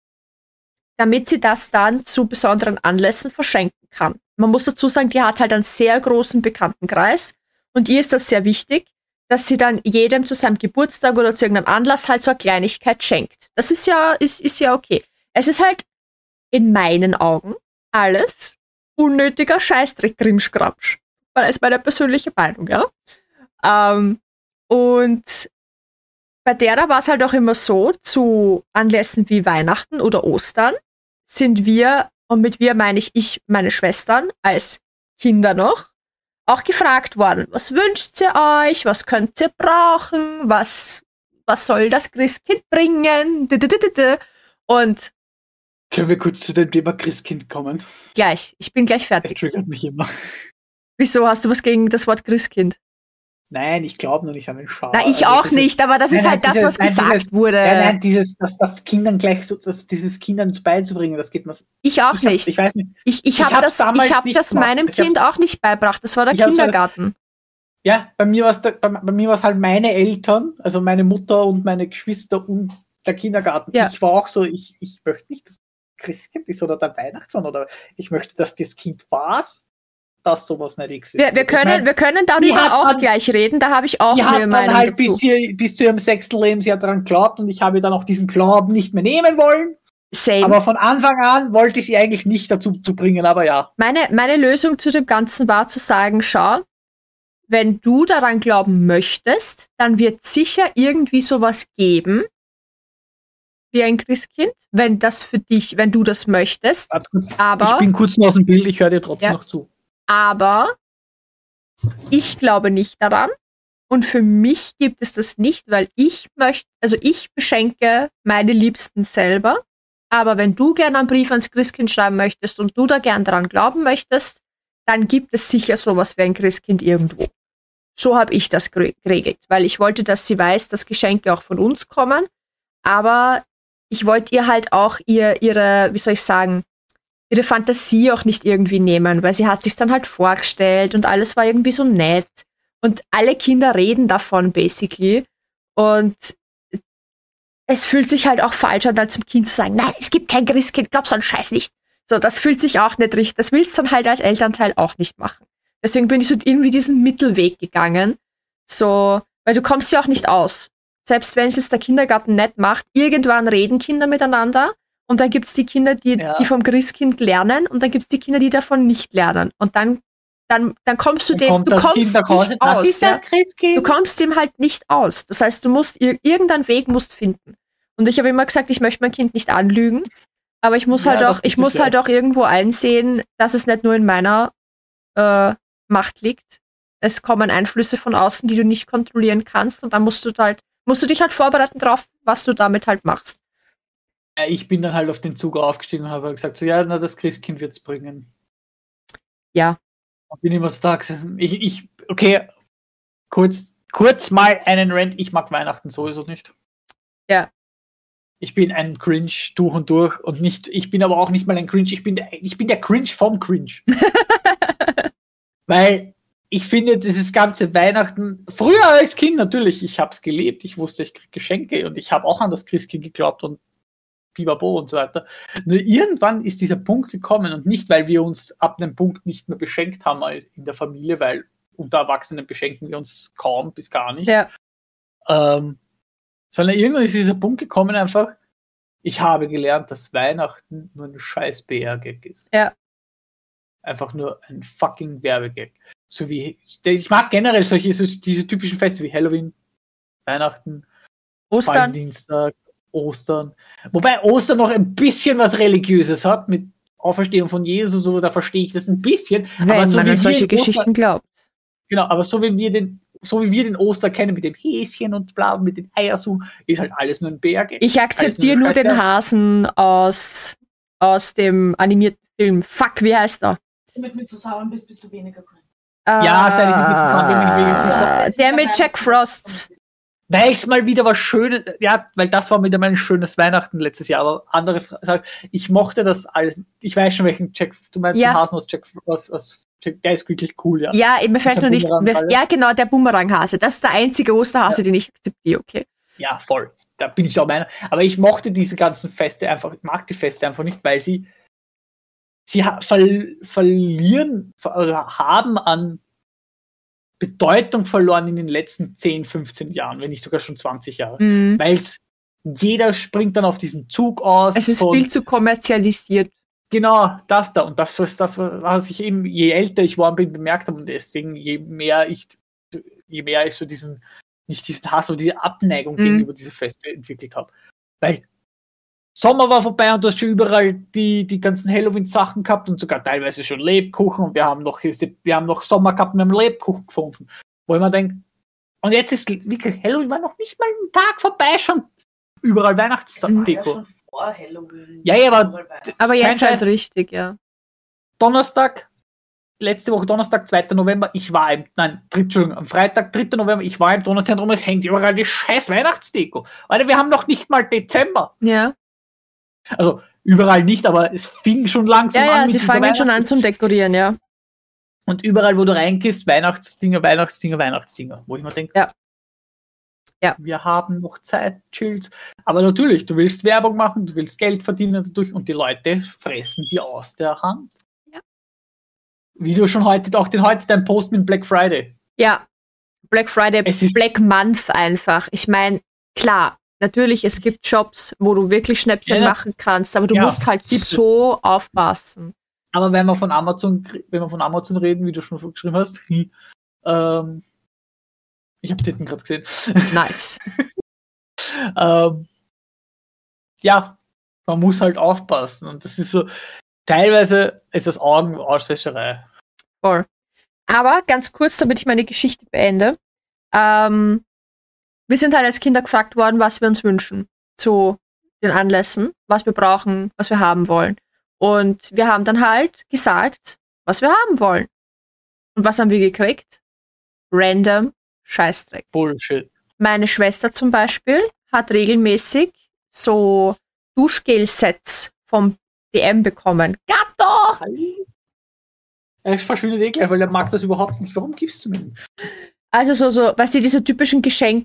[SPEAKER 1] damit sie das dann zu besonderen Anlässen verschenken kann. Man muss dazu sagen, die hat halt einen sehr großen Bekanntenkreis und ihr ist das sehr wichtig, dass sie dann jedem zu seinem Geburtstag oder zu irgendeinem Anlass halt so eine Kleinigkeit schenkt. Das ist ja okay. Es ist halt in meinen Augen alles unnötiger Scheißdreck, Grimsch-Gramsch. Weil das ist meine persönliche Meinung, ja. Und bei der war es halt auch immer so, zu Anlässen wie Weihnachten oder Ostern sind wir, und mit wir meine ich meine Schwestern als Kinder noch, auch gefragt worden, was wünscht ihr euch, was könnt ihr brauchen, was soll das Christkind bringen, und
[SPEAKER 2] können wir kurz zu dem Thema Christkind kommen?
[SPEAKER 1] Gleich, ich bin gleich fertig.
[SPEAKER 2] Das triggert mich immer.
[SPEAKER 1] Wieso, hast du was gegen das Wort Christkind?
[SPEAKER 2] Nein, ich glaube nur nicht an den Schau.
[SPEAKER 1] Na, ich auch nicht, aber das ist halt das, was gesagt wurde.
[SPEAKER 2] Nein, das Kindern gleich so, dieses Kindern beizubringen, das geht mir.
[SPEAKER 1] Ich auch nicht.
[SPEAKER 2] Ich weiß nicht.
[SPEAKER 1] Ich habe das meinem Kind auch nicht beibracht. Das war der Kindergarten.
[SPEAKER 2] Ja, bei mir war es halt meine Eltern, also meine Mutter und meine Geschwister und der Kindergarten. Ja. Ich war auch so, ich möchte nicht, dass das Christkind ist oder der Weihnachtsmann, oder ich möchte, dass das Kind war's. Dass sowas nicht existiert.
[SPEAKER 1] Wir können darüber auch gleich reden, da habe ich auch eine Meinung
[SPEAKER 2] halt dazu. Bis zu ihrem 6. Lebensjahr daran geglaubt und ich habe dann auch diesen Glauben nicht mehr nehmen wollen.
[SPEAKER 1] Same.
[SPEAKER 2] Aber von Anfang an wollte ich sie eigentlich nicht dazu zu bringen, aber ja.
[SPEAKER 1] Meine Lösung zu dem Ganzen war zu sagen, schau, wenn du daran glauben möchtest, dann wird sicher irgendwie sowas geben, wie ein Christkind, wenn du das möchtest.
[SPEAKER 2] Aber ich bin kurz noch aus dem Bild, ich höre dir trotzdem noch zu.
[SPEAKER 1] Aber ich glaube nicht daran. Und für mich gibt es das nicht, weil ich beschenke meine Liebsten selber. Aber wenn du gerne einen Brief ans Christkind schreiben möchtest und du da gern daran glauben möchtest, dann gibt es sicher sowas wie ein Christkind irgendwo. So habe ich das geregelt, weil ich wollte, dass sie weiß, dass Geschenke auch von uns kommen. Aber ich wollte ihr halt auch ihre Fantasie auch nicht irgendwie nehmen, weil sie hat sich dann halt vorgestellt und alles war irgendwie so nett. Und alle Kinder reden davon, basically. Und es fühlt sich halt auch falsch an, dann zum Kind zu sagen, nein, es gibt kein Christkind, glaub so einen Scheiß nicht. So, das fühlt sich auch nicht richtig. Das willst du dann halt als Elternteil auch nicht machen. Deswegen bin ich so irgendwie diesen Mittelweg gegangen. So, weil du kommst ja auch nicht aus. Selbst wenn es jetzt der Kindergarten nicht macht, irgendwann reden Kinder miteinander. Und dann gibt's die Kinder, die vom Christkind lernen. Und dann gibt's die Kinder, die davon nicht lernen. Und dann kommst du dem, du kommst nicht aus. Ja? Du kommst dem halt nicht aus. Das heißt, du musst irgendeinen Weg finden. Und ich habe immer gesagt, ich möchte mein Kind nicht anlügen, aber ich muss halt auch irgendwo einsehen, dass es nicht nur in meiner Macht liegt. Es kommen Einflüsse von außen, die du nicht kontrollieren kannst, und dann musst du dich halt vorbereiten drauf, was du damit halt machst.
[SPEAKER 2] Ich bin dann halt auf den Zug aufgestiegen und habe gesagt, so ja, na, das Christkind wird's bringen.
[SPEAKER 1] Ja.
[SPEAKER 2] Und bin immer so da gesessen. Okay, kurz mal einen Rant, ich mag Weihnachten sowieso nicht.
[SPEAKER 1] Ja.
[SPEAKER 2] Ich bin ein Cringe durch und durch und ich bin aber auch nicht mal ein Cringe, ich bin der Cringe vom Cringe. Weil ich finde, dieses ganze Weihnachten, früher als Kind natürlich, ich habe es gelebt, ich wusste, ich kriege Geschenke und ich habe auch an das Christkind geglaubt und Bibabo und so weiter. Nur irgendwann ist dieser Punkt gekommen und nicht, weil wir uns ab einem Punkt nicht mehr beschenkt haben in der Familie, weil unter Erwachsenen beschenken wir uns kaum bis gar nicht.
[SPEAKER 1] Ja.
[SPEAKER 2] Sondern irgendwann ist dieser Punkt gekommen einfach, ich habe gelernt, dass Weihnachten nur ein scheiß PR-Gag ist.
[SPEAKER 1] Ja.
[SPEAKER 2] Einfach nur ein fucking Werbegag. So wie, ich mag generell diese typischen Feste wie Halloween, Weihnachten,
[SPEAKER 1] Ostern.
[SPEAKER 2] Valentinstag, Ostern. Wobei Ostern noch ein bisschen was Religiöses hat, mit Auferstehung von Jesus, so, da verstehe ich das ein bisschen.
[SPEAKER 1] Wenn
[SPEAKER 2] aber so
[SPEAKER 1] man
[SPEAKER 2] wie
[SPEAKER 1] an solche Geschichten glaubt.
[SPEAKER 2] Genau, aber so wie wir den Oster kennen, mit dem Häschen und bla, mit den Eiersuchen, ist halt alles nur ein Berg.
[SPEAKER 1] Ich akzeptiere nur den Hasen aus dem animierten Film. Fuck, wie heißt er?
[SPEAKER 3] Wenn du mit zusammen bist du weniger grün.
[SPEAKER 2] Ja, seit ich mit zusammen bin,
[SPEAKER 1] der mit Jack Frost.
[SPEAKER 2] Weil es mal wieder was Schönes, ja, weil das war wieder mein schönes Weihnachten letztes Jahr, aber andere sagen, ich mochte das alles. Ich weiß schon, welchen Jack, du meinst den Hasen aus Jack Frost, der ist wirklich cool, ja.
[SPEAKER 1] Ja, mir fällt nur nicht, ja genau, der Bumeranghase, das ist der einzige Osterhase, den ich akzeptiere, okay.
[SPEAKER 2] Ja, voll, da bin ich auch meiner. Aber ich mochte diese ganzen Feste einfach, ich mag die Feste einfach nicht, weil sie verlieren, oder haben an Bedeutung verloren in den letzten 10, 15 Jahren, wenn nicht sogar schon 20 Jahre. Weil jeder springt dann auf diesen Zug aus.
[SPEAKER 1] Es ist viel zu kommerzialisiert.
[SPEAKER 2] Genau, das da. Und das ist das, was ich eben, je älter ich geworden bin, bemerkt habe. Und deswegen, je mehr ich so nicht diesen Hass, aber diese Abneigung gegenüber diese Feste entwickelt habe. Weil Sommer war vorbei und du hast schon überall die ganzen Halloween-Sachen gehabt und sogar teilweise schon Lebkuchen, und wir haben noch Sommer gehabt mit einem Lebkuchen gefunden. Wo ich mir denke, und jetzt ist wirklich, Halloween war noch nicht mal ein Tag vorbei, schon überall Weihnachtsdeko.
[SPEAKER 3] Ja, schon vor Halloween.
[SPEAKER 2] Ja,
[SPEAKER 1] aber jetzt halt richtig, ja.
[SPEAKER 2] Letzte Woche Donnerstag, 2. November, am Freitag, 3. November, ich war im Donauzentrum, es hängt überall die scheiß Weihnachtsdeko. Alter, wir haben noch nicht mal Dezember.
[SPEAKER 1] Ja.
[SPEAKER 2] Also überall nicht, aber es fing schon langsam an.
[SPEAKER 1] Ja, sie fangen schon an zum Dekorieren, ja.
[SPEAKER 2] Und überall, wo du reingehst, Weihnachtsdinger. Wo ich mir denke,
[SPEAKER 1] ja,
[SPEAKER 2] wir haben noch Zeit, chillt. Aber natürlich, du willst Werbung machen, du willst Geld verdienen dadurch und die Leute fressen dir aus der Hand.
[SPEAKER 1] Ja.
[SPEAKER 2] Wie du schon heute dein Post mit Black Friday.
[SPEAKER 1] Ja, Black Friday, Black Month einfach. Ich meine, klar, natürlich, es gibt Shops, wo du wirklich Schnäppchen machen kannst, aber du musst halt so aufpassen.
[SPEAKER 2] Aber wenn wir von Amazon reden, wie du schon geschrieben hast, ich habe Titten gerade gesehen.
[SPEAKER 1] Nice.
[SPEAKER 2] ja, man muss halt aufpassen. Und das ist so, teilweise ist das Augenauswischerei.
[SPEAKER 1] Voll. Aber ganz kurz, damit ich meine Geschichte beende. Wir sind halt als Kinder gefragt worden, was wir uns wünschen zu den Anlässen, was wir brauchen, was wir haben wollen. Und wir haben dann halt gesagt, was wir haben wollen. Und was haben wir gekriegt? Random Scheißdreck.
[SPEAKER 2] Bullshit.
[SPEAKER 1] Meine Schwester zum Beispiel hat regelmäßig so Duschgel-Sets vom DM bekommen. Gatto!
[SPEAKER 2] Er verschwindet eh gleich, weil er mag das überhaupt nicht. Warum gibst du mir?
[SPEAKER 1] Also so, weißt du, diese typischen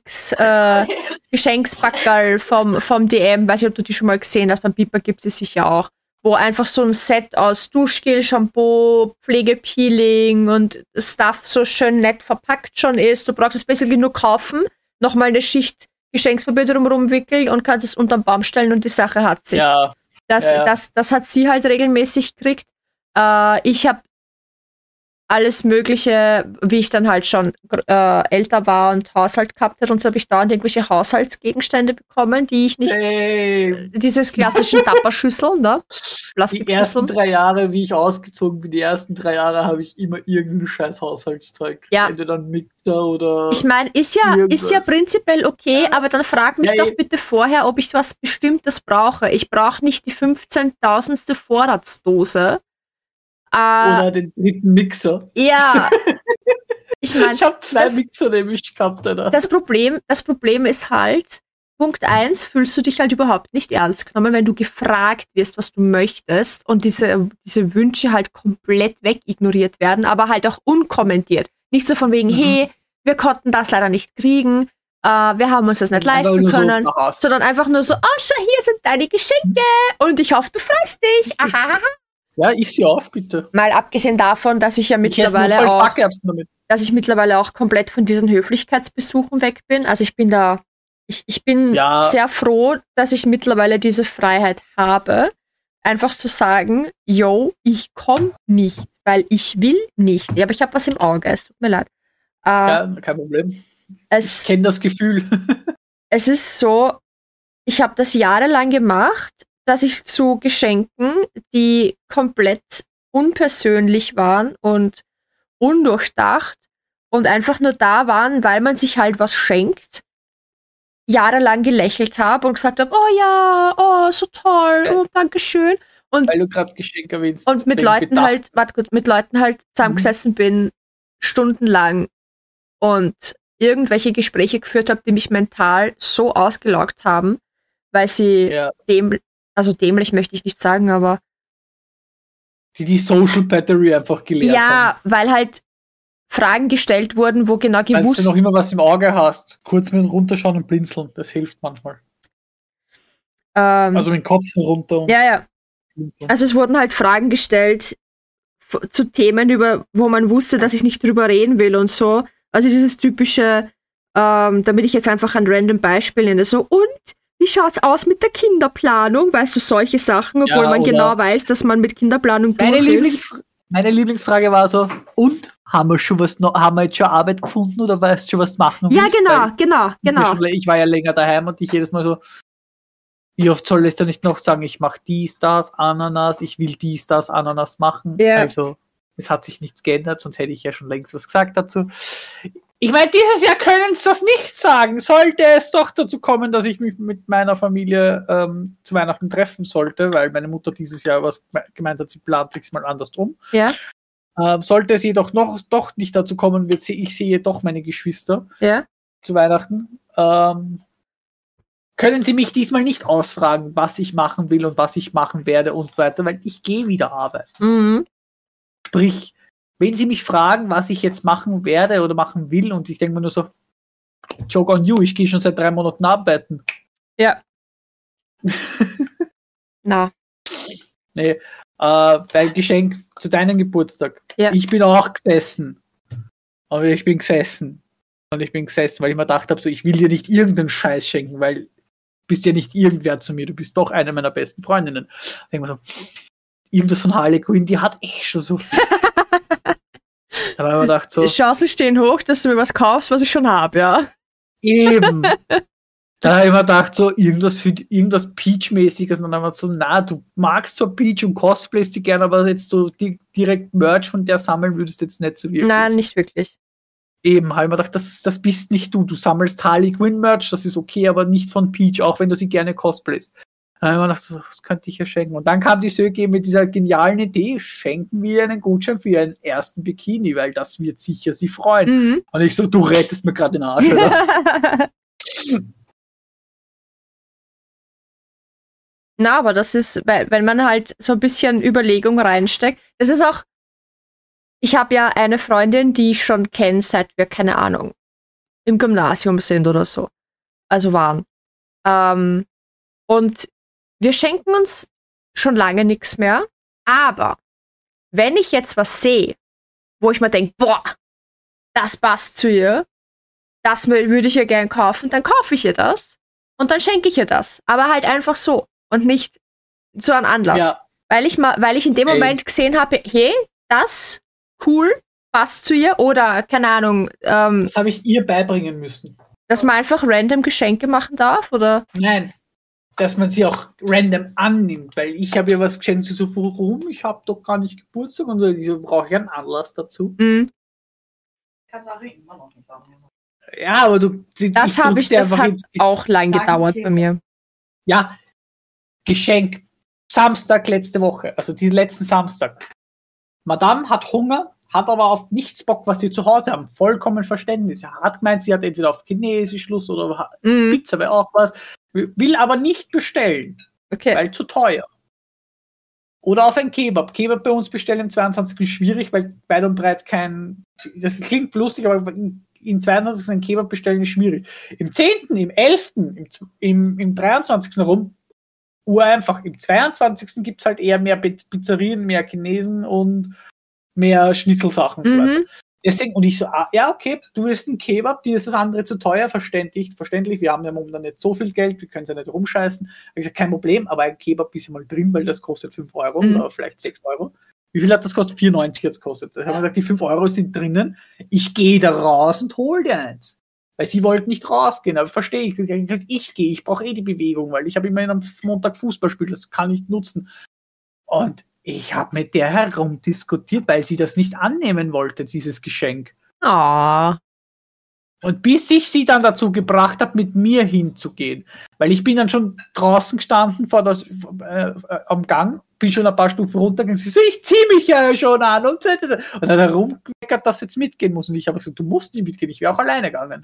[SPEAKER 1] Geschenkspackerl vom DM, weiß ich, ob du die schon mal gesehen hast, beim Piper gibt es sicher auch, wo einfach so ein Set aus Duschgel, Shampoo, Pflegepeeling und Stuff so schön nett verpackt schon ist. Du brauchst es basically nur kaufen, nochmal eine Schicht Geschenkspapier drumherum wickeln und kannst es unterm Baum stellen und die Sache hat sich.
[SPEAKER 2] Ja.
[SPEAKER 1] Das hat sie halt regelmäßig gekriegt. Ich habe alles Mögliche, wie ich dann halt schon älter war und Haushalt gehabt habe und so habe ich dauernd irgendwelche Haushaltsgegenstände bekommen, die ich nicht, dieses klassischen Tapperschüssel, ne?
[SPEAKER 2] Die ersten 3 Jahre, wie ich ausgezogen bin, habe ich immer irgendein scheiß Haushaltszeug.
[SPEAKER 1] Ja.
[SPEAKER 2] Entweder ein Mixer oder...
[SPEAKER 1] Ich meine, ist ja prinzipiell okay, aber dann frag mich doch bitte vorher, ob ich was Bestimmtes brauche. Ich brauche nicht die 15.000. Vorratsdose.
[SPEAKER 2] Oder den 3. Mixer.
[SPEAKER 1] Ja. Ich
[SPEAKER 2] habe 2 Mixer nämlich gehabt, Alter.
[SPEAKER 1] Das Problem ist halt, Punkt 1, fühlst du dich halt überhaupt nicht ernst genommen, wenn du gefragt wirst, was du möchtest und diese Wünsche halt komplett wegignoriert werden, aber halt auch unkommentiert. Nicht so von wegen, hey, wir konnten das leider nicht kriegen, wir haben uns das nicht leisten können, sondern einfach nur so, oh, schau, hier sind deine Geschenke und ich hoffe, du freust dich. Aha.
[SPEAKER 2] Ja, iss sie auf, bitte.
[SPEAKER 1] Mal abgesehen davon, dass ich ja mittlerweile auch komplett von diesen Höflichkeitsbesuchen weg bin. Also ich bin sehr froh, dass ich mittlerweile diese Freiheit habe, einfach zu sagen, yo, ich komme nicht, weil ich will nicht. Ja, aber ich habe was im Auge, es tut mir leid.
[SPEAKER 2] Ja, kein Problem. Ich kenne das Gefühl.
[SPEAKER 1] Es ist so, ich habe das jahrelang gemacht, dass ich zu Geschenken, die komplett unpersönlich waren und undurchdacht und einfach nur da waren, weil man sich halt was schenkt, jahrelang gelächelt habe und gesagt habe, oh ja, oh, so toll, oh, dankeschön. Und,
[SPEAKER 2] weil du gerade Geschenk erwähnst.
[SPEAKER 1] Und mit Leuten halt zusammengesessen bin, stundenlang und irgendwelche Gespräche geführt habe, die mich mental so ausgelaugt haben, weil sie dämlich möchte ich nicht sagen, aber
[SPEAKER 2] die Social Battery einfach gelehrt haben.
[SPEAKER 1] Ja, weil halt Fragen gestellt wurden, wo genau gewusst...
[SPEAKER 2] Wenn du noch immer was im Auge hast, kurz mit runterschauen und blinzeln, das hilft manchmal. Also mit dem Kopf runter. Und
[SPEAKER 1] ja. Also es wurden halt Fragen gestellt zu Themen, wo man wusste, dass ich nicht drüber reden will und so. Also dieses typische, damit ich jetzt einfach ein random Beispiel nenne, so, und wie schaut's aus mit der Kinderplanung? Weißt du, solche Sachen, obwohl man genau weiß, dass man mit Kinderplanung ist.
[SPEAKER 2] Meine Lieblingsfrage war so, und haben wir jetzt schon Arbeit gefunden oder weißt du schon, was du machen willst?
[SPEAKER 1] Ja, genau.
[SPEAKER 2] Ich war ja länger daheim und ich jedes Mal so, wie oft soll es da nicht noch sagen, ich mache dies, das, Ananas, ich will dies, das, Ananas machen.
[SPEAKER 1] Ja.
[SPEAKER 2] Also, es hat sich nichts geändert, sonst hätte ich ja schon längst was gesagt dazu. Ich meine, dieses Jahr können sie das nicht sagen. Sollte es doch dazu kommen, dass ich mich mit meiner Familie zu Weihnachten treffen sollte, weil meine Mutter dieses Jahr was gemeint hat, sie plant sich mal anders um.
[SPEAKER 1] Ja.
[SPEAKER 2] Sollte es jedoch doch nicht dazu kommen, ich sehe doch meine Geschwister zu Weihnachten. Können Sie mich diesmal nicht ausfragen, was ich machen will und was ich machen werde und so weiter, weil ich gehe wieder arbeiten.
[SPEAKER 1] Mhm.
[SPEAKER 2] Sprich, wenn Sie mich fragen, was ich jetzt machen werde oder machen will und ich denke mir nur so, joke on you, ich gehe schon seit 3 Monaten arbeiten.
[SPEAKER 1] Ja. Na.
[SPEAKER 2] Nee, weil Geschenk zu deinem Geburtstag.
[SPEAKER 1] Ja.
[SPEAKER 2] Ich bin auch gesessen. Aber ich bin gesessen. Und ich bin gesessen, weil ich mir gedacht habe, so, ich will dir nicht irgendeinen Scheiß schenken, weil du bist ja nicht irgendwer zu mir, du bist doch eine meiner besten Freundinnen. Da denke ich mir so, irgendwas von Harley Quinn, die hat echt schon so viel. Da habe ich mir gedacht, so.
[SPEAKER 1] Die Chancen stehen hoch, dass du mir was kaufst, was ich schon habe, ja.
[SPEAKER 2] Eben. Da habe ich mir gedacht, so irgendwas Peach-mäßiges. Und dann haben wir so, na, du magst zwar Peach und cosplayst die gerne, aber jetzt so direkt Merch von der sammeln würdest du jetzt nicht so wirklich.
[SPEAKER 1] Nein, nicht wirklich.
[SPEAKER 2] Eben, habe ich mir gedacht, das bist nicht du. Du sammelst Harley Quinn Merch, das ist okay, aber nicht von Peach, auch wenn du sie gerne cosplayst. Dann habe ich mir gedacht, das könnte ich ja schenken. Und dann kam die Söge mit dieser genialen Idee, schenken wir einen Gutschein für ihren ersten Bikini, weil das wird sicher sie freuen.
[SPEAKER 1] Mhm.
[SPEAKER 2] Und ich so, du rettest mir gerade den Arsch, oder?
[SPEAKER 1] Na, aber das ist, wenn man halt so ein bisschen Überlegung reinsteckt. Das ist auch, ich habe ja eine Freundin, die ich schon kenne, seit wir, keine Ahnung, im Gymnasium sind oder so. Also waren. Und wir schenken uns schon lange nichts mehr. Aber wenn ich jetzt was sehe, wo ich mir denke, boah, das passt zu ihr, das würde ich ihr gern kaufen, dann kaufe ich ihr das und dann schenke ich ihr das. Aber halt einfach so und nicht zu einem Anlass.
[SPEAKER 2] Ja.
[SPEAKER 1] Weil ich in dem Moment gesehen habe, hey, das cool, passt zu ihr oder, keine Ahnung,
[SPEAKER 2] Das habe ich ihr beibringen müssen.
[SPEAKER 1] dass man einfach random Geschenke machen darf, oder?
[SPEAKER 2] Nein, dass man sie auch random annimmt, weil ich habe ihr was geschenkt, sie so, warum? Ich habe doch gar nicht Geburtstag und so, ich brauche ja einen Anlass dazu.
[SPEAKER 1] Mhm.
[SPEAKER 3] Kannst auch immer noch nicht annehmen.
[SPEAKER 2] Ja, aber
[SPEAKER 1] Das hat auch lang gedauert bei mir.
[SPEAKER 2] Ja, Geschenk. Samstag letzte Woche, also diesen letzten Samstag. Madame hat Hunger, hat aber auf nichts Bock, was sie zu Hause haben. Vollkommen Verständnis. Sie hat gemeint, sie hat entweder auf Chinesisch Lust oder Pizza wäre auch was. Will aber nicht bestellen, weil zu teuer. Oder auf ein Kebab. Kebab bei uns bestellen im 22. ist schwierig, weil weit und breit das klingt lustig, aber im 22. ein Kebab bestellen ist schwierig. Im 10., im 11., im 23. herum ureinfach. Im 22. gibt es halt eher mehr Pizzerien, mehr Chinesen und mehr Schnitzelsachen und so weiter. Deswegen, und ich so, ja, okay, du willst einen Kebab, dir ist das andere zu teuer, verständlich, wir haben ja momentan nicht so viel Geld, wir können es ja nicht rumscheißen. Ich gesagt, kein Problem, aber ein Kebab ist ja mal drin, weil das kostet 5 Euro oder vielleicht 6 Euro. Wie viel hat das kostet? 4,90 jetzt kostet. Da haben wir gesagt, die 5 Euro sind drinnen, ich gehe da raus und hol dir eins. Weil sie wollten nicht rausgehen, aber verstehe ich. Ich gehe, ich brauche die Bewegung, weil ich habe immerhin am Montag Fußballspiel, das kann ich nutzen. Und ich habe mit der herumdiskutiert, weil sie das nicht annehmen wollte, dieses Geschenk. Und bis ich sie dann dazu gebracht habe, mit mir hinzugehen. Weil ich bin dann schon draußen gestanden am Gang, bin schon ein paar Stufen runtergegangen. Sie so, ich ziehe mich ja schon an. Und dann herumgemeckert, dass jetzt mitgehen muss. Und ich habe gesagt, du musst nicht mitgehen, ich wäre auch alleine gegangen.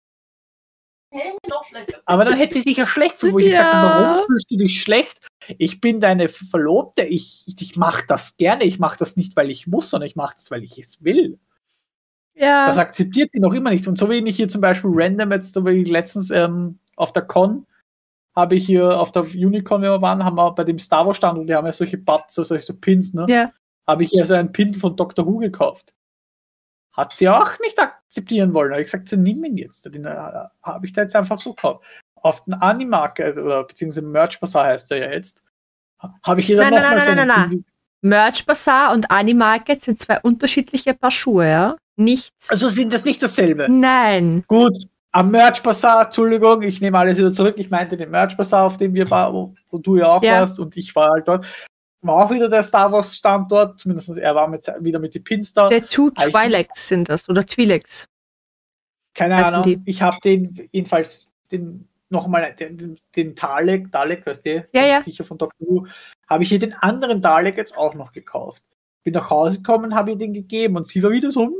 [SPEAKER 2] Aber dann hätte sie sich ja schlecht gefühlt, wo ich gesagt habe, warum fühlst du dich schlecht? Ich bin deine Verlobte, ich mache das gerne, ich mache das nicht, weil ich muss, sondern ich mache das, weil ich es will.
[SPEAKER 1] Ja.
[SPEAKER 2] Das akzeptiert die noch immer nicht. Und so wenig hier zum Beispiel random, jetzt so wie letztens auf der Con, habe ich hier auf der Unicon, wenn wir waren, haben wir bei dem Star Wars Stand, und die haben ja solche Buttons, solche Pins, ne?
[SPEAKER 1] Ja.
[SPEAKER 2] Habe ich hier so einen Pin von Doctor Who gekauft. Hat sie auch nicht akzeptieren wollen. Da habe ich gesagt, so nimm ihn jetzt. Den habe ich da jetzt einfach so gekauft. Auf den Animarket oder beziehungsweise Merch Bazaar heißt er ja jetzt. Habe ich hier dann nochmal so einen.
[SPEAKER 1] Merch Bazaar und Animarket sind zwei unterschiedliche Paar Schuhe, ja? Nichts.
[SPEAKER 2] Also sind das nicht dasselbe?
[SPEAKER 1] Nein.
[SPEAKER 2] Gut. Am Merch Bazaar, Entschuldigung, ich nehme alles wieder zurück. Ich meinte den Merch Bazaar, auf dem wir waren, wo du ja auch warst und ich war halt dort. War auch wieder der Star Wars Standort, zumindest er war wieder mit den Pins da.
[SPEAKER 1] Der Twi'leks sind das, oder Twi'leks.
[SPEAKER 2] Keine Ahnung, ich habe jedenfalls nochmal den Dalek, weißt du, sicher von Dr. Who, habe ich hier den anderen Dalek jetzt auch noch gekauft. Bin nach Hause gekommen, habe ihr den gegeben und sie war wieder so,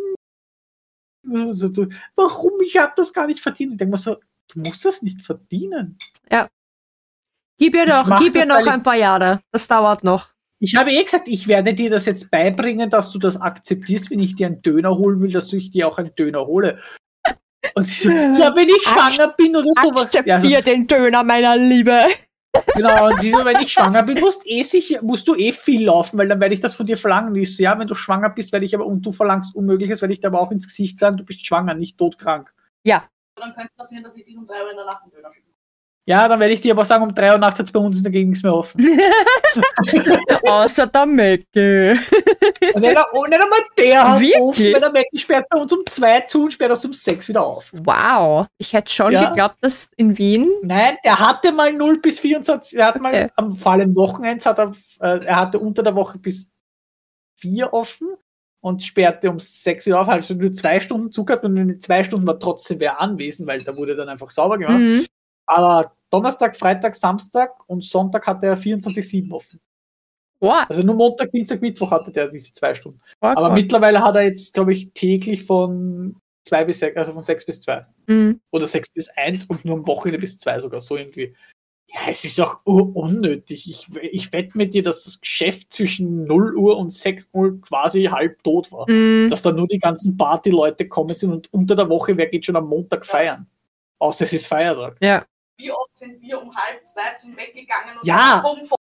[SPEAKER 2] warum, ich habe das gar nicht verdient. Ich denke mir so, du musst das nicht verdienen.
[SPEAKER 1] Ja. Gib ihr noch ein paar Jahre. Das dauert noch.
[SPEAKER 2] Ich habe gesagt, ich werde dir das jetzt beibringen, dass du das akzeptierst, wenn ich dir einen Döner holen will, dass ich dir auch einen Döner hole. Und sie so, ja, wenn ich schwanger bin oder sowas.
[SPEAKER 1] Akzeptier den Döner, meiner Liebe.
[SPEAKER 2] Genau, und sie so, wenn ich schwanger bin, musst du viel laufen, weil dann werde ich das von dir verlangen. Und ich so, ja, wenn du schwanger bist, und du verlangst Unmögliches, werde ich dir aber auch ins Gesicht sagen, du bist schwanger, nicht todkrank.
[SPEAKER 1] Ja.
[SPEAKER 3] Dann könnte es passieren, dass ich dich um 3 Uhr in der Nacht einen Döner schicke.
[SPEAKER 2] Ja, dann werde ich dir aber sagen, um 3 Uhr nachts hat es bei uns in der Gegend nichts mehr offen.
[SPEAKER 1] Außer der Mecke.
[SPEAKER 2] Und nicht einmal der hat
[SPEAKER 1] Wirklich?
[SPEAKER 2] offen, weil der Mecke sperrt bei uns um 2 zu und sperrt uns um 6 wieder auf.
[SPEAKER 1] Wow. Ich hätte schon geglaubt, dass in Wien...
[SPEAKER 2] Nein, der hatte mal 0 bis 24, er hat mal vor allem Wochenends, er hatte unter der Woche bis 4 offen und sperrte um 6 wieder auf, also nur 2 Stunden zugehabt und in den 2 Stunden war trotzdem wer anwesend, weil da wurde dann einfach sauber gemacht.
[SPEAKER 1] Mhm.
[SPEAKER 2] Aber Donnerstag, Freitag, Samstag und Sonntag hatte er 24/7 offen.
[SPEAKER 1] Wow.
[SPEAKER 2] Also nur Montag, Dienstag, Mittwoch hatte der diese 2 Stunden.
[SPEAKER 1] Wow,
[SPEAKER 2] aber mittlerweile hat er jetzt, glaube ich, täglich von 2 bis 6, also von 6 bis 2.
[SPEAKER 1] Mhm.
[SPEAKER 2] Oder 6 bis 1 und nur am Wochenende bis 2 sogar, so irgendwie. Ja, es ist auch unnötig. Ich wette mit dir, dass das Geschäft zwischen 0 Uhr und 6 Uhr quasi halb tot war.
[SPEAKER 1] Mhm.
[SPEAKER 2] Dass da nur die ganzen Partyleute kommen sind und unter der Woche, wer geht schon am Montag feiern? Außer es ist Feiertag.
[SPEAKER 1] Ja.
[SPEAKER 3] Wie oft sind wir um 1:30 zum weggegangen und
[SPEAKER 2] Ja,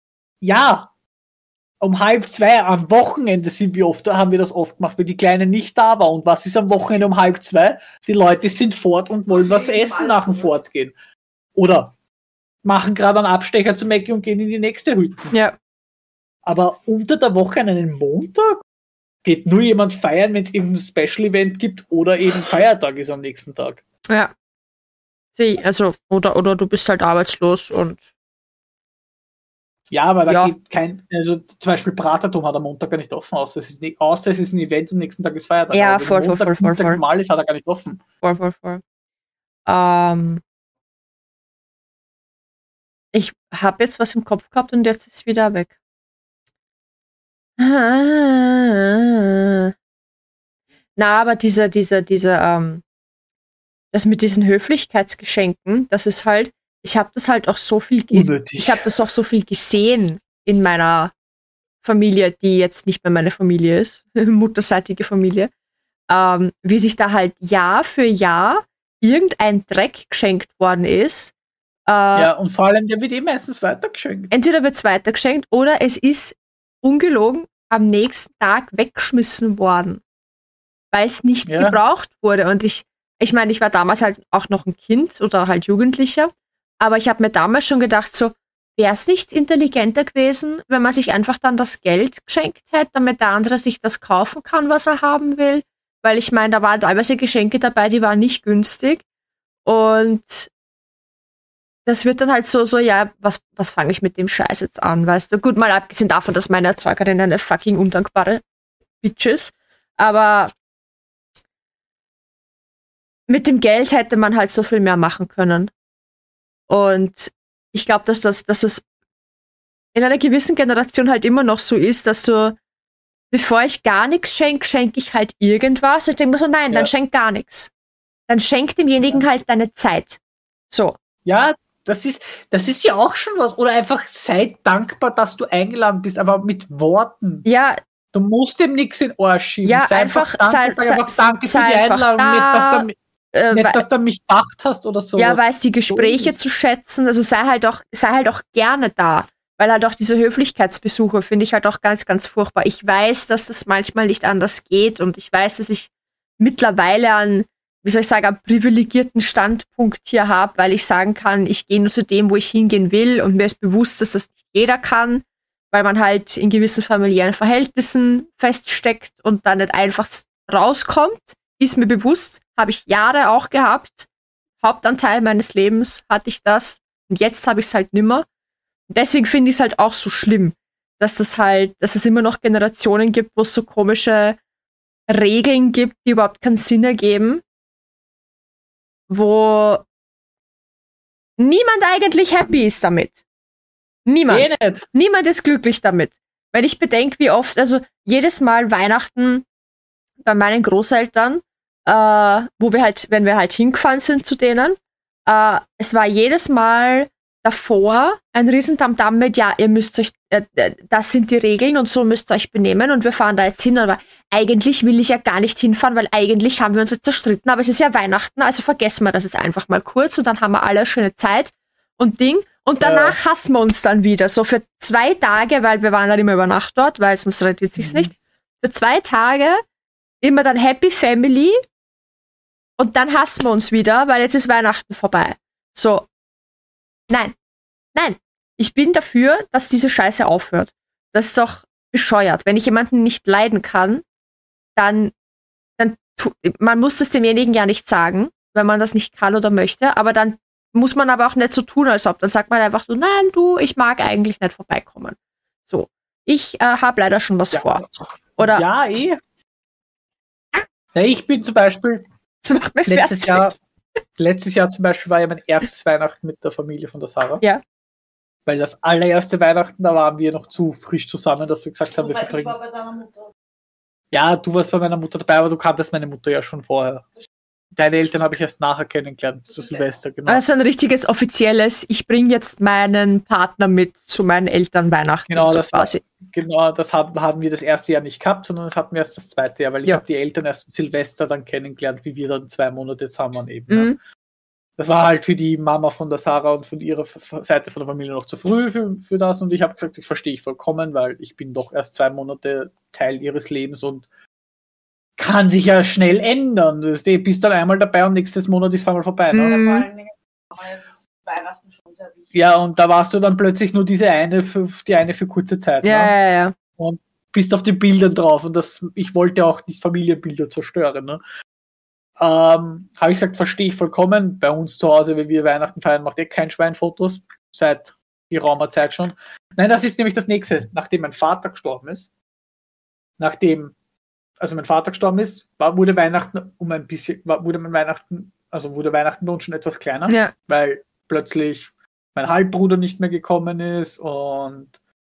[SPEAKER 2] um 1:30 am Wochenende haben wir das oft gemacht, weil die Kleine nicht da war. Und was ist am Wochenende um 1:30? Die Leute sind fort und wollen was essen nach dem Fortgehen. Oder machen gerade einen Abstecher zum Mecke und gehen in die nächste Hütte.
[SPEAKER 1] Ja.
[SPEAKER 2] Aber unter der Woche an einem Montag geht nur jemand feiern, wenn es irgendein Special-Event gibt oder eben Feiertag ist am nächsten Tag.
[SPEAKER 1] Ja. Also, oder du bist halt arbeitslos und.
[SPEAKER 2] Ja, aber da geht also zum Beispiel Pratertum hat am Montag gar nicht offen, außer es ist ein Event und nächsten Tag ist Feiertag.
[SPEAKER 1] Ja,
[SPEAKER 2] voll.
[SPEAKER 1] Voll.
[SPEAKER 2] Normal ist, hat er gar nicht offen.
[SPEAKER 1] Voll. Ich habe jetzt was im Kopf gehabt und jetzt ist es wieder weg. Na, aber das mit diesen Höflichkeitsgeschenken, das ist halt, ich habe das halt auch so viel, ich habe das auch so viel gesehen in meiner Familie, die jetzt nicht mehr meine Familie ist, mutterseitige Familie, wie sich da halt Jahr für Jahr irgendein Dreck geschenkt worden ist.
[SPEAKER 2] Ja, und vor allem, der wird meistens weitergeschenkt.
[SPEAKER 1] Entweder wird es weitergeschenkt oder es ist ungelogen am nächsten Tag weggeschmissen worden, weil es nicht gebraucht wurde. Und ich meine, ich war damals halt auch noch ein Kind oder halt Jugendlicher, aber ich habe mir damals schon gedacht, so, wäre es nicht intelligenter gewesen, wenn man sich einfach dann das Geld geschenkt hätte, damit der andere sich das kaufen kann, was er haben will? Weil ich meine, da waren teilweise Geschenke dabei, die waren nicht günstig. Und das wird dann halt so, ja, was fange ich mit dem Scheiß jetzt an, weißt du? Gut, mal abgesehen davon, dass meine Erzeugerin eine fucking undankbare Bitch ist, aber mit dem Geld hätte man halt so viel mehr machen können. Und ich glaube, dass es in einer gewissen Generation halt immer noch so ist, dass du, bevor ich gar nichts schenke ich halt irgendwas. Ich denke mir so, nein, dann schenk gar nichts. Dann schenk demjenigen halt deine Zeit. So.
[SPEAKER 2] Ja, das ist ja auch schon was. Oder einfach sei dankbar, dass du eingeladen bist, aber mit Worten.
[SPEAKER 1] Ja.
[SPEAKER 2] Du musst dem nichts in den Arsch schieben.
[SPEAKER 1] Ja,
[SPEAKER 2] sei
[SPEAKER 1] einfach
[SPEAKER 2] danke für die Einladung, nicht, dass du mich gedacht hast oder so.
[SPEAKER 1] Ja, weiß die Gespräche zu schätzen. Also sei halt auch gerne da. Weil halt auch diese Höflichkeitsbesuche finde ich halt auch ganz, ganz furchtbar. Ich weiß, dass das manchmal nicht anders geht und ich weiß, dass ich mittlerweile einen privilegierten Standpunkt hier habe, weil ich sagen kann, ich gehe nur zu dem, wo ich hingehen will und mir ist bewusst, dass das nicht jeder kann, weil man halt in gewissen familiären Verhältnissen feststeckt und dann nicht einfach rauskommt. Ist mir bewusst, habe ich Jahre auch gehabt. Hauptanteil meines Lebens hatte ich das und jetzt habe ich es halt nimmer. Deswegen finde ich es halt auch so schlimm, dass es immer noch Generationen gibt, wo es so komische Regeln gibt, die überhaupt keinen Sinn ergeben, wo niemand eigentlich happy ist damit. Niemand. Niemand ist glücklich damit. Wenn ich bedenke, wie oft, also jedes Mal Weihnachten bei meinen Großeltern, wo wir halt, wenn wir halt hingefahren sind zu denen, es war jedes Mal davor ein Riesentamtam mit, ja, ihr müsst euch, das sind die Regeln und so müsst ihr euch benehmen und wir fahren da jetzt hin, aber eigentlich will ich ja gar nicht hinfahren, weil eigentlich haben wir uns jetzt zerstritten, aber es ist ja Weihnachten, also vergessen wir das jetzt einfach mal kurz und dann haben wir alle eine schöne Zeit und Ding und danach hassen wir uns dann wieder, so für 2 Tage, weil wir waren dann immer über Nacht dort, weil sonst rentiert sich's nicht, für 2 Tage immer dann Happy Family und dann hassen wir uns wieder, weil jetzt ist Weihnachten vorbei. So. Nein. Ich bin dafür, dass diese Scheiße aufhört. Das ist doch bescheuert. Wenn ich jemanden nicht leiden kann, dann man muss das demjenigen ja nicht sagen, wenn man das nicht kann oder möchte, aber dann muss man aber auch nicht so tun, als ob. Dann sagt man einfach so, nein, ich mag eigentlich nicht vorbeikommen. So. Ich habe leider schon was vor. Oder?
[SPEAKER 2] Ja, eh. Ja, ich bin zum Beispiel letztes Jahr zum Beispiel war ja mein erstes Weihnachten mit der Familie von der Sarah.
[SPEAKER 1] Ja.
[SPEAKER 2] Weil das allererste Weihnachten, da waren wir noch zu frisch zusammen, dass wir gesagt haben, wir verbringen.
[SPEAKER 3] Ich war bei deiner Mutter.
[SPEAKER 2] Ja, du warst bei meiner Mutter dabei, aber du kanntest meine Mutter ja schon vorher. Deine Eltern habe ich erst nachher kennengelernt, zu Silvester, genau.
[SPEAKER 1] Also ein richtiges offizielles, ich bringe jetzt meinen Partner mit zu meinen Eltern Weihnachten.
[SPEAKER 2] Genau,
[SPEAKER 1] so
[SPEAKER 2] das
[SPEAKER 1] quasi.
[SPEAKER 2] Das haben wir das erste Jahr nicht gehabt, sondern das hatten wir erst das zweite Jahr, weil ich habe die Eltern erst zu Silvester dann kennengelernt, wie wir dann 2 Monate zusammen waren eben.
[SPEAKER 1] Mhm.
[SPEAKER 2] Ja. Das war halt für die Mama von der Sarah und von ihrer Seite von der Familie noch zu früh für das, und ich habe gesagt, ich verstehe ich vollkommen, weil ich bin doch erst 2 Monate Teil ihres Lebens und kann sich ja schnell ändern. Du bist dann einmal dabei und nächstes Monat ist es einmal vorbei. Ne?
[SPEAKER 3] Ja, vor allen Dingen ist Weihnachten schon sehr wichtig.
[SPEAKER 2] Ja, und da warst du dann plötzlich nur die eine für kurze Zeit.
[SPEAKER 1] Ja.
[SPEAKER 2] Und bist auf den Bildern drauf, und ich wollte auch nicht Familienbilder zerstören. Ne? Habe ich gesagt, verstehe ich vollkommen. Bei uns zu Hause, wenn wir Weihnachten feiern, macht kein Schwein Fotos, seit geraumer Zeit schon. Nein, das ist nämlich das Nächste. Nachdem mein Vater gestorben ist, mein Vater gestorben ist, wurde Weihnachten wurde Weihnachten bei uns schon etwas kleiner, weil plötzlich mein Halbbruder nicht mehr gekommen ist und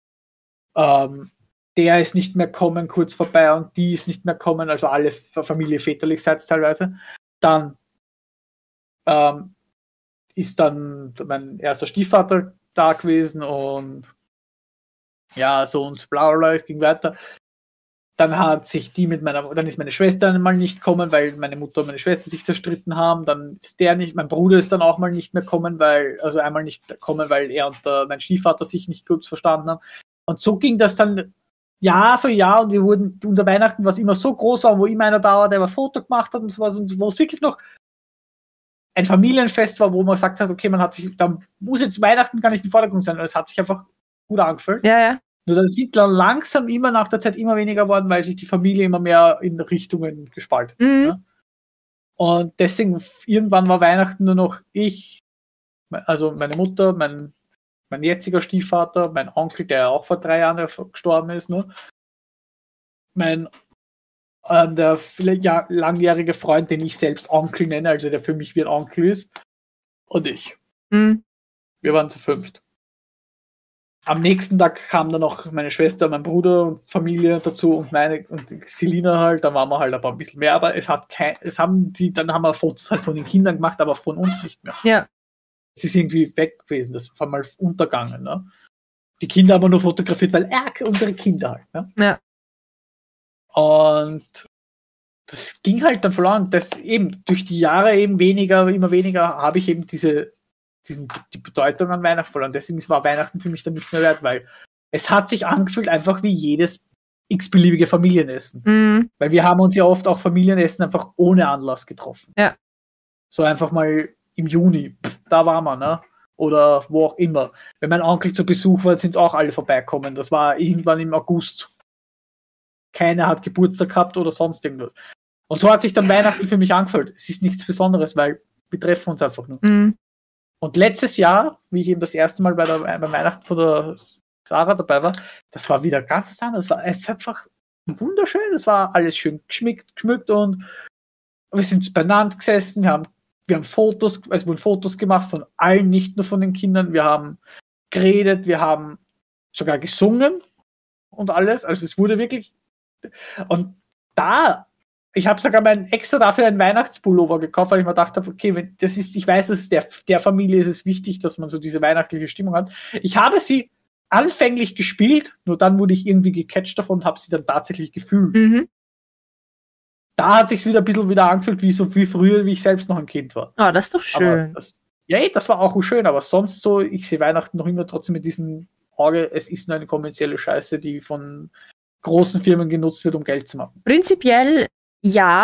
[SPEAKER 2] der ist nicht mehr kommen kurz vorbei und die ist nicht mehr kommen, also alle Familie väterlichseits teilweise. Dann ist dann mein erster Stiefvater da gewesen und ja, so und bla bla, es ging weiter. Dann ist meine Schwester einmal nicht gekommen, weil meine Mutter und meine Schwester sich zerstritten haben. Dann ist mein Bruder ist dann auch mal nicht mehr kommen, weil er und mein Stiefvater sich nicht gut verstanden haben. Und so ging das dann Jahr für Jahr, und unser Weihnachten, was immer so groß war, wo immer einer da war, der ein Foto gemacht hat und sowas, und wo es wirklich noch ein Familienfest war, wo man gesagt hat, okay, da muss jetzt Weihnachten gar nicht im Vordergrund sein, es hat sich einfach gut angefühlt.
[SPEAKER 1] Ja.
[SPEAKER 2] Nur dann sind dann langsam immer nach der Zeit immer weniger geworden, weil sich die Familie immer mehr in Richtungen gespalten hat.
[SPEAKER 1] Mhm.
[SPEAKER 2] Ne? Und deswegen, irgendwann war Weihnachten nur noch ich, also meine Mutter, mein jetziger Stiefvater, mein Onkel, der auch vor 3 Jahren gestorben ist, ne? Der langjährige Freund, den ich selbst Onkel nenne, also der für mich wie ein Onkel ist, und ich.
[SPEAKER 1] Mhm.
[SPEAKER 2] Wir waren zu 5. Am nächsten Tag kam dann noch meine Schwester, mein Bruder und Familie dazu und Selina halt, da waren wir halt aber ein bisschen mehr, aber dann haben wir Fotos halt von den Kindern gemacht, aber von uns nicht mehr.
[SPEAKER 1] Ja.
[SPEAKER 2] Sie ist irgendwie weg gewesen, das war mal untergegangen. Ne? Die Kinder haben wir nur fotografiert, weil unsere Kinder halt. Ne?
[SPEAKER 1] Ja.
[SPEAKER 2] Und das ging halt dann verloren. Das eben durch die Jahre immer weniger habe ich eben die Bedeutung an Weihnachten verloren. Deswegen war Weihnachten für mich dann nichts mehr wert, weil es hat sich angefühlt einfach wie jedes x-beliebige Familienessen.
[SPEAKER 1] Mhm.
[SPEAKER 2] Weil wir haben uns ja oft auch Familienessen einfach ohne Anlass getroffen.
[SPEAKER 1] Ja.
[SPEAKER 2] So einfach mal im Juni, da waren wir, ne? Oder wo auch immer. Wenn mein Onkel zu Besuch war, sind es auch alle vorbeikommen. Das war irgendwann im August. Keiner hat Geburtstag gehabt oder sonst irgendwas. Und so hat sich dann Weihnachten für mich angefühlt. Es ist nichts Besonderes, weil wir treffen uns einfach nur.
[SPEAKER 1] Mhm.
[SPEAKER 2] Und letztes Jahr, wie ich eben das erste Mal beim Weihnachten von der Sarah dabei war, das war wieder ganz anders. Das war einfach wunderschön. Es war alles schön geschmückt und wir sind beieinander gesessen. Wir haben Fotos gemacht von allen, nicht nur von den Kindern. Wir haben geredet, wir haben sogar gesungen und alles. Also es wurde wirklich. Und ich habe sogar extra dafür einen Weihnachtspullover gekauft, weil ich mir gedacht habe, okay, ich weiß, dass es der Familie ist es wichtig, dass man so diese weihnachtliche Stimmung hat. Ich habe sie anfänglich gespielt, nur dann wurde ich irgendwie gecatcht davon und habe sie dann tatsächlich gefühlt.
[SPEAKER 1] Mhm.
[SPEAKER 2] Da hat sich's wieder ein bisschen angefühlt, wie früher, wie ich selbst noch ein Kind war.
[SPEAKER 1] Oh, das ist doch schön.
[SPEAKER 2] Das war auch schön, aber sonst so, ich sehe Weihnachten noch immer trotzdem mit diesem Auge, es ist nur eine kommerzielle Scheiße, die von großen Firmen genutzt wird, um Geld zu machen.
[SPEAKER 1] Prinzipiell ja,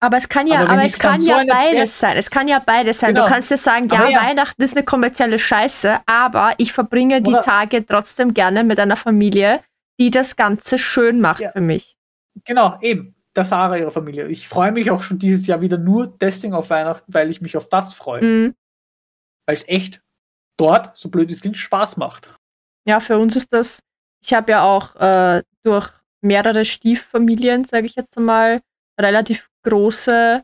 [SPEAKER 1] Aber es kann ja, beides sein. Es kann ja beides sein. Genau. Du kannst ja sagen, Weihnachten ist eine kommerzielle Scheiße, aber ich verbringe die Tage trotzdem gerne mit einer Familie, die das Ganze schön macht für mich.
[SPEAKER 2] Genau, eben. Der Sarah, ihre Familie. Ich freue mich auch schon dieses Jahr wieder nur deswegen auf Weihnachten, weil ich mich auf das freue. Mhm. Weil es echt dort, so blöd es klingt, Spaß macht.
[SPEAKER 1] Ja, für uns ist das, ich habe ja auch durch mehrere Stieffamilien, sage ich jetzt einmal, relativ große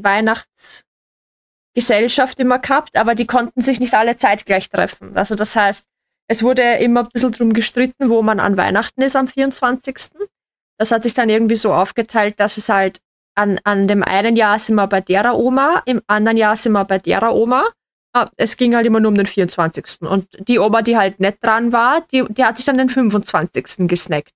[SPEAKER 1] Weihnachtsgesellschaft immer gehabt, aber die konnten sich nicht alle zeitgleich treffen. Also das heißt, es wurde immer ein bisschen drum gestritten, wo man an Weihnachten ist am 24. Das hat sich dann irgendwie so aufgeteilt, dass es halt an dem einen Jahr sind wir bei derer Oma, im anderen Jahr sind wir bei derer Oma. Es ging halt immer nur um den 24. Und die Oma, die halt nicht dran war, die hat sich dann den 25. gesnackt.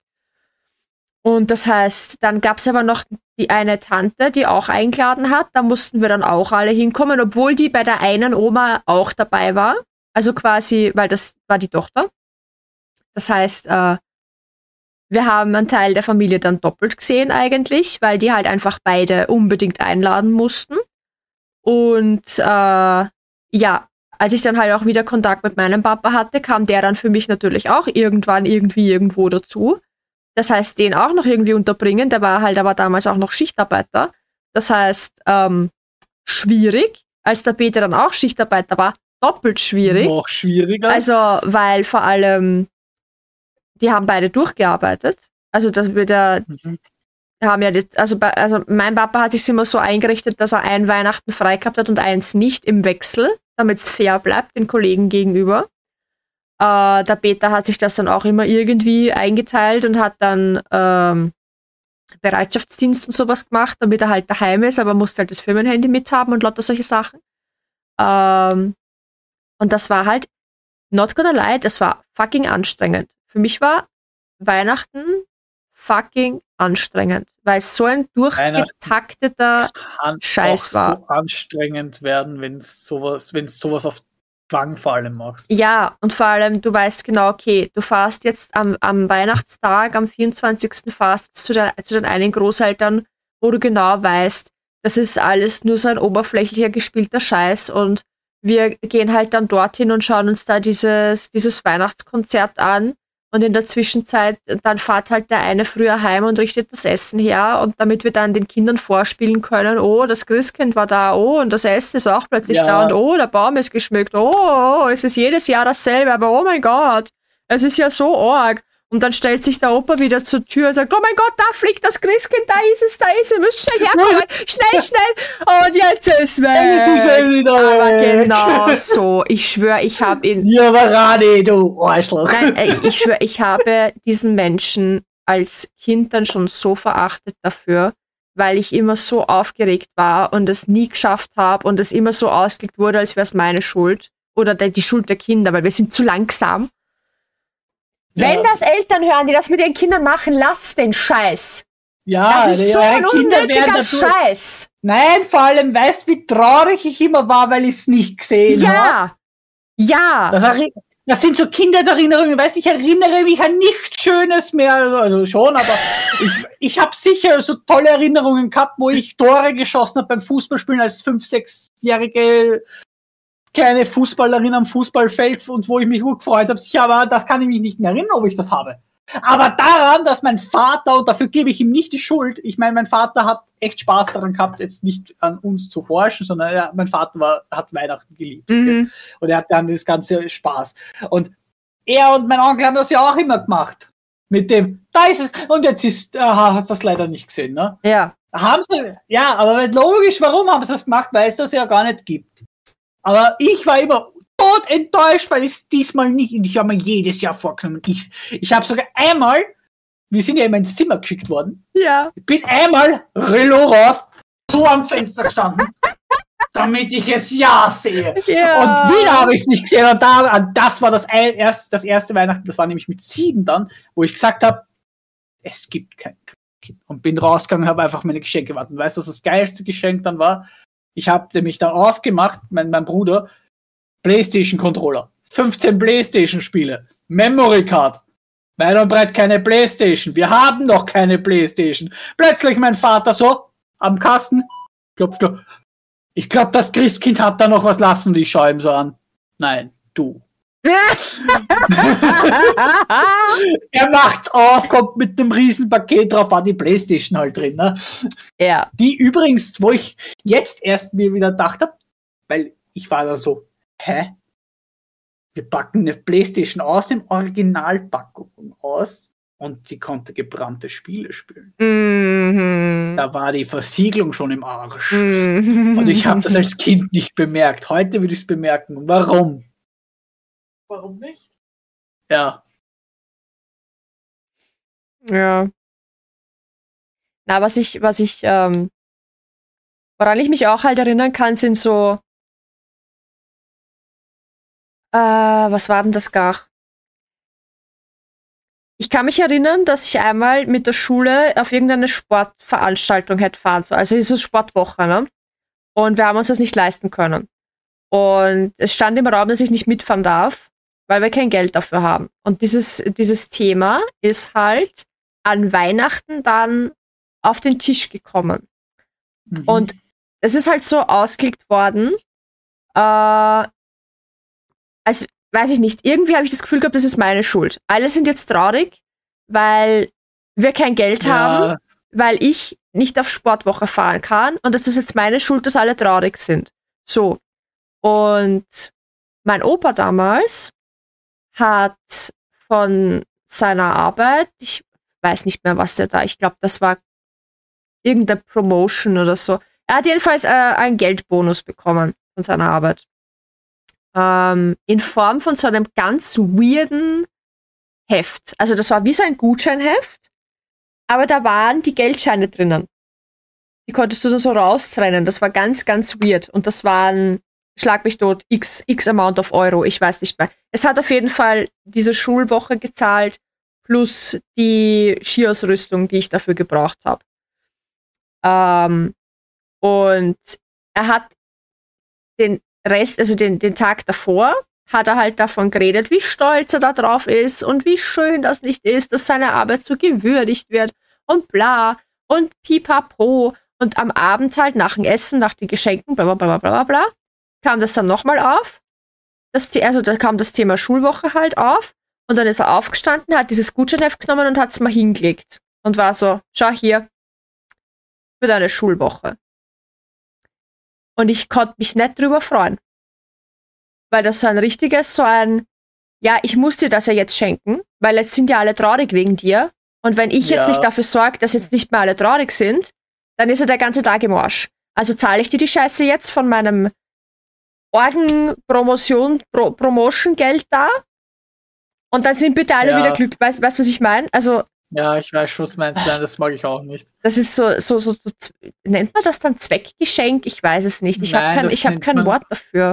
[SPEAKER 1] Und das heißt, dann gab es aber noch die eine Tante, die auch eingeladen hat. Da mussten wir dann auch alle hinkommen, obwohl die bei der einen Oma auch dabei war. Also quasi, weil das war die Tochter. Das heißt, wir haben einen Teil der Familie dann doppelt gesehen eigentlich, weil die halt einfach beide unbedingt einladen mussten. Und als ich dann halt auch wieder Kontakt mit meinem Papa hatte, kam der dann für mich natürlich auch irgendwann irgendwo dazu. Das heißt, den auch noch irgendwie unterbringen. Der war halt aber damals auch noch Schichtarbeiter. Das heißt, schwierig. Als der Peter dann auch Schichtarbeiter war, doppelt schwierig.
[SPEAKER 2] Noch schwieriger.
[SPEAKER 1] Also, weil vor allem, die haben beide durchgearbeitet. Also, das wird ja, haben ja nicht, also mein Papa hat sich immer so eingerichtet, dass er ein Weihnachten frei gehabt hat und eins nicht im Wechsel, damit es fair bleibt den Kollegen gegenüber. Der Peter hat sich das dann auch immer irgendwie eingeteilt und hat dann Bereitschaftsdienst und sowas gemacht, damit er halt daheim ist, aber musste halt das Firmenhandy mithaben und lauter solche Sachen. Und das war halt, not gonna lie, das war fucking anstrengend. Für mich war Weihnachten fucking anstrengend, weil es so ein durchgetakteter Scheiß war.
[SPEAKER 2] Kann so anstrengend werden, wenn es sowas auf Zwang vor allem machst.
[SPEAKER 1] Ja, und vor allem, du weißt genau, okay, du fährst jetzt am Weihnachtstag, am 24. fährst zu den einen Großeltern, wo du genau weißt, das ist alles nur so ein oberflächlicher gespielter Scheiß und wir gehen halt dann dorthin und schauen uns da dieses Weihnachtskonzert an und in der Zwischenzeit, dann fährt halt der eine früher heim und richtet das Essen her und damit wir dann den Kindern vorspielen können, oh, das Christkind war da, oh, und das Essen ist auch plötzlich da und oh, der Baum ist geschmückt, oh, es ist jedes Jahr dasselbe, aber oh mein Gott, es ist ja so arg. Und dann stellt sich der Opa wieder zur Tür und sagt, oh mein Gott, da fliegt das Christkind, da ist es, ihr müsst schnell herkommen, schnell, und jetzt ist weg. Aber genau so, ich schwöre, ich habe ihn...
[SPEAKER 2] Ja, aber Rani, du Arschloch.
[SPEAKER 1] Nein, ich schwöre, ich habe diesen Menschen als Kind dann schon so verachtet dafür, weil ich immer so aufgeregt war und es nie geschafft habe und es immer so ausgelegt wurde, als wäre es meine Schuld oder die Schuld der Kinder, weil wir sind zu langsam. Wenn das Eltern hören, die das mit ihren Kindern machen, lasst den Scheiß.
[SPEAKER 2] Ja,
[SPEAKER 1] das ist so ein unnötiger Scheiß.
[SPEAKER 2] Nein, vor allem, weißt du, wie traurig ich immer war, weil ich es nicht gesehen habe?
[SPEAKER 1] Ja.
[SPEAKER 2] Das sind so Kindheitserinnerungen, weißt du, ich erinnere mich an nichts Schönes mehr, also schon, aber ich habe sicher so tolle Erinnerungen gehabt, wo ich Tore geschossen habe beim Fußballspielen als 5-, 6-jährige kleine Fußballerin am Fußballfeld und wo ich mich gut gefreut habe, sicher, aber das kann ich mich nicht mehr erinnern, ob ich das habe. Aber daran, dass mein Vater, und dafür gebe ich ihm nicht die Schuld, ich meine, mein Vater hat echt Spaß daran gehabt, jetzt nicht an uns zu forschen, sondern mein Vater hat Weihnachten geliebt. Okay? Und er hat dann das ganze Spaß. Und er und mein Onkel haben das ja auch immer gemacht. Mit dem, da ist es, und jetzt hast du das leider nicht gesehen, ne?
[SPEAKER 1] Ja.
[SPEAKER 2] Haben sie, ja, aber logisch, warum haben sie das gemacht? Weil es das ja gar nicht gibt. Aber ich war immer enttäuscht, weil ich es diesmal nicht, und ich habe mir jedes Jahr vorgenommen, ich habe sogar einmal, wir sind ja immer ins Zimmer geschickt worden, ich bin einmal Relo rauf, so am Fenster gestanden, damit ich es ja sehe. Ja. Und wieder habe ich es nicht gesehen, und das war das erste Weihnachten, das war nämlich mit 7 dann, wo ich gesagt habe, es gibt kein Kind. Und bin rausgegangen und habe einfach meine Geschenke gewartet. Weißt du, was das geilste Geschenk dann war? Ich habe nämlich da aufgemacht, mein Bruder, PlayStation-Controller, 15 PlayStation-Spiele, Memory Card, weit und breit keine PlayStation, wir haben noch keine PlayStation. Plötzlich mein Vater so, am Kasten, klopft er. Ich glaube, das Christkind hat da noch was lassen, die schaue ihm so an. Nein, du. Er macht auf, kommt mit einem riesen Paket drauf, war die Playstation halt drin. Ne?
[SPEAKER 1] Ja.
[SPEAKER 2] Die übrigens, wo ich jetzt erst mir wieder gedacht habe, weil ich war da so, hä? Wir packen eine Playstation aus dem Originalpackung aus und sie konnte gebrannte Spiele spielen.
[SPEAKER 1] Mhm.
[SPEAKER 2] Da war die Versiegelung schon im Arsch.
[SPEAKER 1] Mhm.
[SPEAKER 2] Und ich habe das als Kind nicht bemerkt. Heute würde ich es bemerken. Warum?
[SPEAKER 3] Warum nicht?
[SPEAKER 2] Ja.
[SPEAKER 1] Ja. Na, woran ich mich auch halt erinnern kann, sind so, was war denn das gar? Ich kann mich erinnern, dass ich einmal mit der Schule auf irgendeine Sportveranstaltung hätte fahren sollen. Also es ist Sportwoche, ne? Und wir haben uns das nicht leisten können. Und es stand im Raum, dass ich nicht mitfahren darf, weil wir kein Geld dafür haben. Und dieses Thema ist halt an Weihnachten dann auf den Tisch gekommen.
[SPEAKER 2] Mhm.
[SPEAKER 1] Und es ist halt so ausgelegt worden, als weiß ich nicht, irgendwie habe ich das Gefühl gehabt, das ist meine Schuld. Alle sind jetzt traurig, weil wir kein Geld haben, weil ich nicht auf Sportwoche fahren kann und das ist jetzt meine Schuld, dass alle traurig sind. So. Und mein Opa damals hat von seiner Arbeit, ich weiß nicht mehr, was ich glaube, das war irgendeine Promotion oder so. Er hat jedenfalls einen Geldbonus bekommen von seiner Arbeit. In Form von so einem ganz weirden Heft. Also das war wie so ein Gutscheinheft, aber da waren die Geldscheine drinnen. Die konntest du dann so raustrennen. Das war ganz, ganz weird. Und das waren, schlag mich tot, x Amount of Euro. Ich weiß nicht mehr. Es hat auf jeden Fall diese Schulwoche gezahlt, plus die Skiausrüstung, die ich dafür gebraucht habe. Und er hat den Rest, also den Tag davor, hat er halt davon geredet, wie stolz er da drauf ist und wie schön das nicht ist, dass seine Arbeit so gewürdigt wird und bla und pipapo. Und am Abend halt nach dem Essen, nach den Geschenken, bla bla bla bla bla, kam das dann nochmal auf. Also da kam das Thema Schulwoche halt auf und dann ist er aufgestanden, hat dieses Gutscheinheft genommen und hat es mal hingelegt und war so, schau hier, für deine Schulwoche. Und ich konnte mich nicht drüber freuen. Weil das ja, ich muss dir das ja jetzt schenken, weil jetzt sind ja alle traurig wegen dir. Und wenn ich jetzt nicht dafür sorge, dass jetzt nicht mehr alle traurig sind, dann ist ja der ganze Tag im Arsch. Also zahle ich dir die Scheiße jetzt von meinem Promotion-Geld da und dann sind bitte alle wieder glücklich. Weißt du, was ich meine? Also
[SPEAKER 2] ja, ich weiß schon, was du meinst. Nein, das mag ich auch nicht.
[SPEAKER 1] Das ist so nennt man das dann Zweckgeschenk? Ich weiß es nicht. Ich habe kein Wort dafür.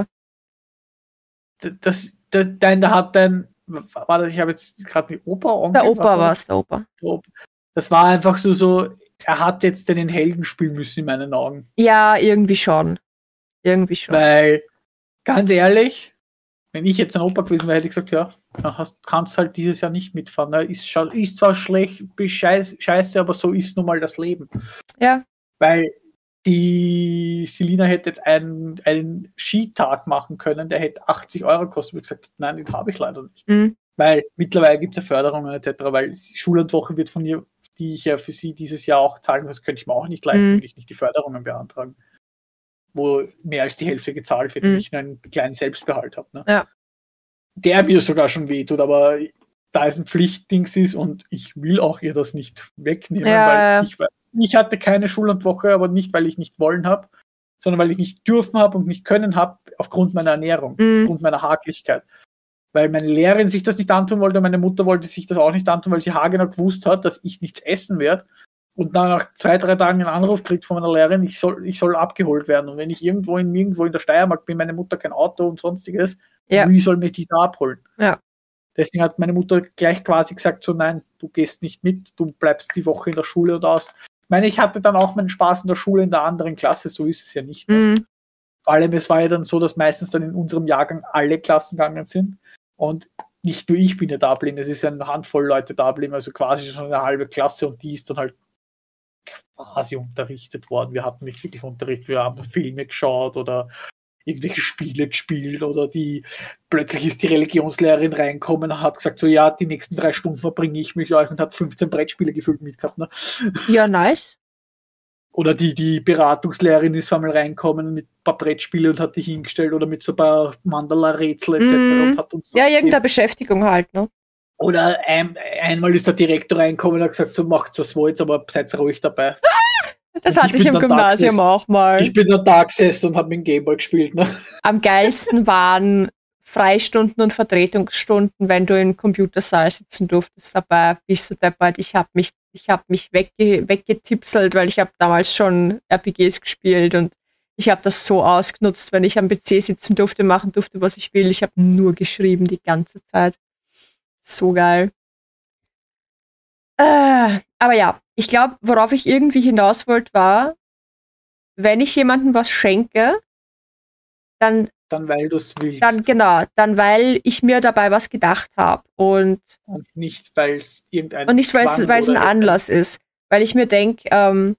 [SPEAKER 2] Nein, da hat ich habe jetzt gerade die Opa. Onkel,
[SPEAKER 1] der Opa war es, der Opa.
[SPEAKER 2] Das war einfach so, er hat jetzt den Helden spielen müssen in meinen Augen.
[SPEAKER 1] Ja, irgendwie schon.
[SPEAKER 2] Weil, ganz ehrlich, wenn ich jetzt ein Opa gewesen wäre, hätte ich gesagt, ja, dann kannst halt dieses Jahr nicht mitfahren. Ne? Ist zwar schlecht, scheiße, aber so ist nun mal das Leben.
[SPEAKER 1] Ja.
[SPEAKER 2] Weil die Selina hätte jetzt einen Skitag machen können, der hätte 80 Euro gekostet. Und ich gesagt, nein, den habe ich leider nicht.
[SPEAKER 1] Mhm.
[SPEAKER 2] Weil mittlerweile gibt es ja Förderungen etc., weil die Schullandwoche wird von ihr, die ich ja für sie dieses Jahr auch zahlen, das könnte ich mir auch nicht leisten, würde ich nicht die Förderungen beantragen. Wo mehr als die Hälfte gezahlt wird und ich nur einen kleinen Selbstbehalt habe. Ne?
[SPEAKER 1] Ja.
[SPEAKER 2] Der mir sogar schon wehtut, aber da es ein Pflichtdings ist und ich will auch ihr das nicht wegnehmen, weil ich hatte keine Schullandwoche, aber nicht, weil ich nicht wollen habe, sondern weil ich nicht dürfen habe und nicht können habe, aufgrund meiner Ernährung, aufgrund meiner Haglichkeit. Weil meine Lehrerin sich das nicht antun wollte und meine Mutter wollte sich das auch nicht antun, weil sie haargenau gewusst hat, dass ich nichts essen werde und dann nach 2-3 Tagen einen Anruf kriegt von meiner Lehrerin, ich soll abgeholt werden. Und wenn ich irgendwo in der Steiermark bin, meine Mutter kein Auto und sonstiges, wie soll mich die da abholen?
[SPEAKER 1] Ja.
[SPEAKER 2] Deswegen hat meine Mutter gleich quasi gesagt, so nein, du gehst nicht mit, du bleibst die Woche in der Schule oder aus. Ich meine, ich hatte dann auch meinen Spaß in der Schule in der anderen Klasse, so ist es ja nicht. Vor allem, es war ja dann so, dass meistens dann in unserem Jahrgang alle Klassen gegangen sind und nicht nur ich bin ja da geblieben, es ist ja eine Handvoll Leute da geblieben, also quasi schon eine halbe Klasse und die ist dann halt quasi unterrichtet worden. Wir hatten nicht wirklich Unterricht, wir haben Filme geschaut oder irgendwelche Spiele gespielt oder plötzlich ist die Religionslehrerin reinkommen und hat gesagt, so ja, die nächsten 3 Stunden verbringe ich mit euch und hat 15 Brettspiele gefüllt mitgehabt. Ne?
[SPEAKER 1] Ja, nice.
[SPEAKER 2] Oder die Beratungslehrerin ist einmal reinkommen mit ein paar Brettspiele und hat die hingestellt oder mit so ein paar Mandala-Rätsel etc. Und hat uns
[SPEAKER 1] ja, irgendeine Beschäftigung halt, ne?
[SPEAKER 2] Oder einmal ist der Direktor reinkommen und hat gesagt, so macht's was wollt, aber seid ruhig dabei.
[SPEAKER 1] Das hatte ich im Gymnasium auch mal.
[SPEAKER 2] Ich bin da gesessen und habe mit dem Gameboy gespielt. Ne?
[SPEAKER 1] Am geilsten waren Freistunden und Vertretungsstunden, wenn du im Computersaal sitzen durftest dabei. Bist du deppert? Ich hab mich weggetipselt, weil ich habe damals schon RPGs gespielt und ich habe das so ausgenutzt, wenn ich am PC sitzen durfte, machen durfte, was ich will. Ich habe nur geschrieben die ganze Zeit. So geil. Aber ja, ich glaube, worauf ich irgendwie hinaus wollte, war, wenn ich jemandem was schenke, dann weil du es willst. Dann weil ich mir dabei was gedacht habe. Und
[SPEAKER 2] nicht, weil es irgendein
[SPEAKER 1] und nicht, weil es ein Anlass ist. Weil ich mir denke,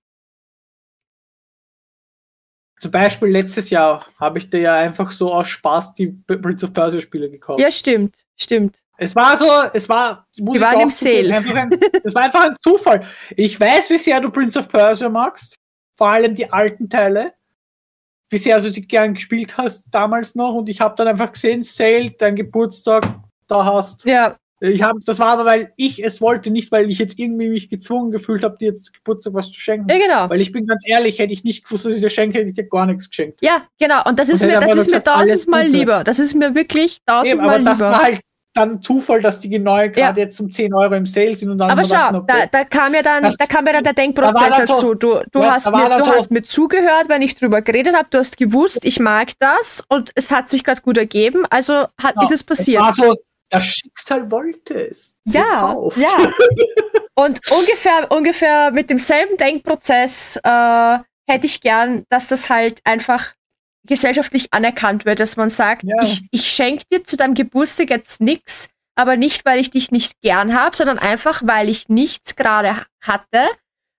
[SPEAKER 2] zum Beispiel letztes Jahr habe ich dir ja einfach so aus Spaß die Prince of Persia Spiele gekauft.
[SPEAKER 1] Ja, stimmt.
[SPEAKER 2] Die waren
[SPEAKER 1] im Sale.
[SPEAKER 2] Es war einfach ein Zufall. Ich weiß, wie sehr du Prince of Persia magst. Vor allem die alten Teile. Wie sehr du sie gern gespielt hast damals noch. Und ich habe dann einfach gesehen, Sale, dein Geburtstag, da hast.
[SPEAKER 1] Ja.
[SPEAKER 2] Das war aber, weil ich es wollte, nicht weil ich jetzt irgendwie mich gezwungen gefühlt habe, dir jetzt zu Geburtstag was zu schenken.
[SPEAKER 1] Ja, genau.
[SPEAKER 2] Weil ich bin ganz ehrlich, hätte ich nicht gewusst, dass ich dir schenke, hätte ich dir gar nichts geschenkt.
[SPEAKER 1] Ja, genau. Und das ist mir 1000-mal lieber. Das ist mir wirklich 1000-mal lieber.
[SPEAKER 2] Das war halt dann Zufall, dass die neue gerade jetzt um 10 Euro im Sale sind. Und dann
[SPEAKER 1] aber schau, da kam ja dann der Denkprozess dazu. Du hast mir zugehört, wenn ich drüber geredet habe. Du hast gewusst, ich mag das und es hat sich gerade gut ergeben. Also ist es passiert.
[SPEAKER 2] Es war so, das Schicksal wollte es.
[SPEAKER 1] Ja. Und ungefähr mit demselben Denkprozess hätte ich gern, dass das halt einfach gesellschaftlich anerkannt wird, dass man sagt, ich schenke dir zu deinem Geburtstag jetzt nix, aber nicht, weil ich dich nicht gern habe, sondern einfach, weil ich nichts gerade hatte,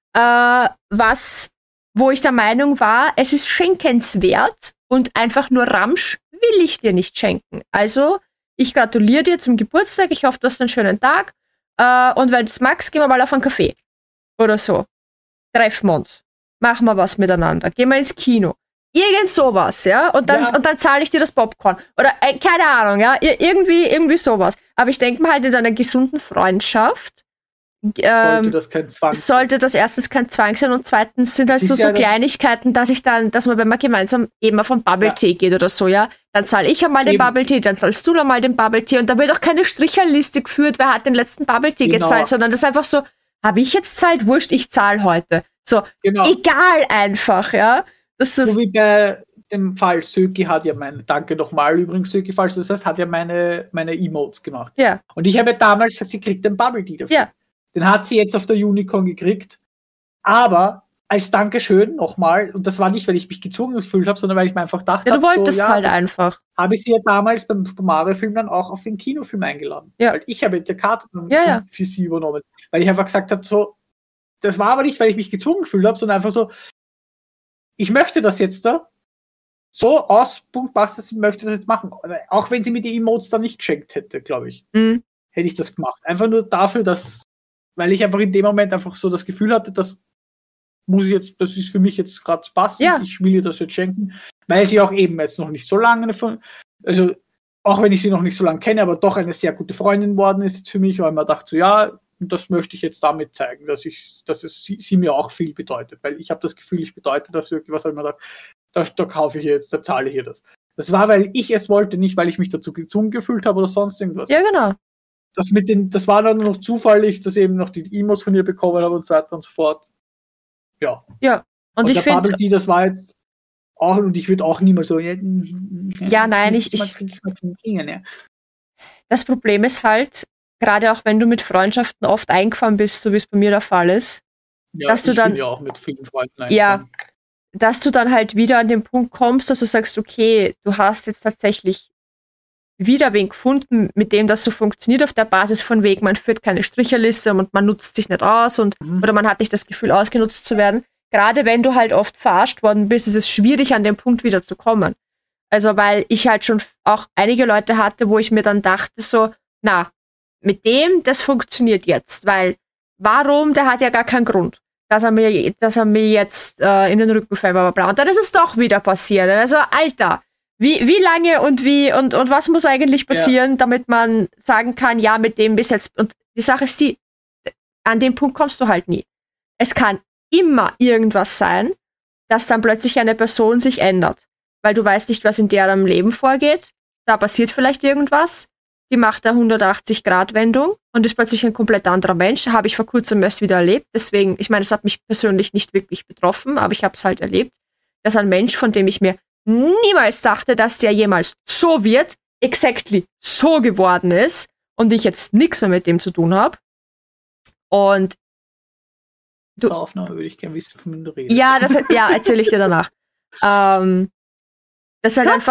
[SPEAKER 1] wo ich der Meinung war, es ist schenkenswert und einfach nur Ramsch will ich dir nicht schenken. Also, ich gratuliere dir zum Geburtstag, ich hoffe, du hast einen schönen Tag und wenn du es magst, gehen wir mal auf einen Kaffee oder so. Treffen wir uns. Machen wir was miteinander. Gehen wir ins Kino. Irgend sowas, ja, und dann zahle ich dir das Popcorn. Oder, keine Ahnung, ja, irgendwie sowas. Aber ich denke mal halt, in einer gesunden Freundschaft sollte das erstens kein Zwang sein und zweitens sind halt so Kleinigkeiten, dass man, wenn man gemeinsam eben auf einen Bubble Tea geht oder so, ja, dann zahle ich einmal den Bubble Tea, dann zahlst du einmal den Bubble Tea und da wird auch keine Stricherliste geführt, wer hat den letzten Bubble Tea gezahlt, sondern das ist einfach so, habe ich jetzt zahlt, wurscht, ich zahle heute. So, egal einfach, ja.
[SPEAKER 2] So wie bei dem Fall, Söki hat ja danke nochmal übrigens, Söki, falls du das heißt, hat ja meine Emotes gemacht.
[SPEAKER 1] Ja.
[SPEAKER 2] Und ich habe damals gesagt, sie kriegt den Bubble Tea dafür. Ja. Den hat sie jetzt auf der Unicon gekriegt. Aber als Dankeschön nochmal, und das war nicht, weil ich mich gezwungen gefühlt habe, sondern weil ich mir einfach dachte,
[SPEAKER 1] du wolltest halt einfach.
[SPEAKER 2] Habe ich sie ja damals beim Mario-Film dann auch auf den Kinofilm eingeladen.
[SPEAKER 1] Ja.
[SPEAKER 2] Weil ich habe die Karte dann für sie übernommen. Weil ich einfach gesagt habe, so, das war aber nicht, weil ich mich gezwungen gefühlt habe, sondern einfach so, ich möchte das jetzt da so aus, Punkt, was ich möchte das jetzt machen. Auch wenn sie mir die Emotes dann nicht geschenkt hätte, glaube ich. Hätte ich das gemacht. Einfach nur dafür, weil ich einfach in dem Moment einfach so das Gefühl hatte, das ist für mich jetzt gerade passend. Ja. Ich will ihr das jetzt schenken. Weil sie auch eben jetzt noch nicht so lange also auch wenn ich sie noch nicht so lange kenne, aber doch eine sehr gute Freundin worden ist jetzt für mich, weil man dachte so, ja, das möchte ich jetzt damit zeigen, dass es sie mir auch viel bedeutet, weil ich habe das Gefühl, ich bedeute das irgendwie, was habe ich mir gedacht, da kaufe ich jetzt, da zahle ich ihr das. Das war, weil ich es wollte, nicht weil ich mich dazu gezwungen gefühlt habe oder sonst irgendwas.
[SPEAKER 1] Ja, genau.
[SPEAKER 2] Das war dann noch zufällig, dass ich eben noch die E-Mails von ihr bekommen habe und so weiter und so fort. Ja.
[SPEAKER 1] Ja. Und ich finde,
[SPEAKER 2] das war jetzt auch, und ich würde auch niemals so,
[SPEAKER 1] das Problem ist halt, gerade auch wenn du mit Freundschaften oft eingefahren bist, so wie es bei mir der Fall ist, dass du dann,
[SPEAKER 2] bin ja auch mit vielen Freunden eingefahren.
[SPEAKER 1] Ja, dass du dann halt wieder an den Punkt kommst, dass du sagst, okay, du hast jetzt tatsächlich wieder wen gefunden, mit dem das so funktioniert auf der Basis von Weg, man führt keine Stricherliste und man nutzt sich nicht aus oder man hat nicht das Gefühl, ausgenutzt zu werden. Gerade wenn du halt oft verarscht worden bist, ist es schwierig, an den Punkt wieder zu kommen. Also, weil ich halt schon auch einige Leute hatte, wo ich mir dann dachte so, na, mit dem, das funktioniert jetzt, weil warum, der hat ja gar keinen Grund, dass er mir jetzt in den Rücken fällt, bla, bla. Und dann ist es doch wieder passiert. Also, Alter, wie lange und was muss eigentlich passieren, damit man sagen kann, ja, mit dem bis jetzt. Und die Sache ist die, an dem Punkt kommst du halt nie. Es kann immer irgendwas sein, dass dann plötzlich eine Person sich ändert. Weil du weißt nicht, was in deren Leben vorgeht. Da passiert vielleicht irgendwas. Die macht eine 180-Grad-Wendung und ist plötzlich ein komplett anderer Mensch. Habe ich vor kurzem erst wieder erlebt. Deswegen, ich meine, es hat mich persönlich nicht wirklich betroffen, aber ich habe es halt erlebt, dass ein Mensch, von dem ich mir niemals dachte, dass der jemals so wird, exactly so geworden ist und ich jetzt nichts mehr mit dem zu tun habe. Und
[SPEAKER 2] du, Aufnahme würde ich gerne wissen, von wem du redest.
[SPEAKER 1] Ja, erzähle ich dir danach. Das ist halt einfach,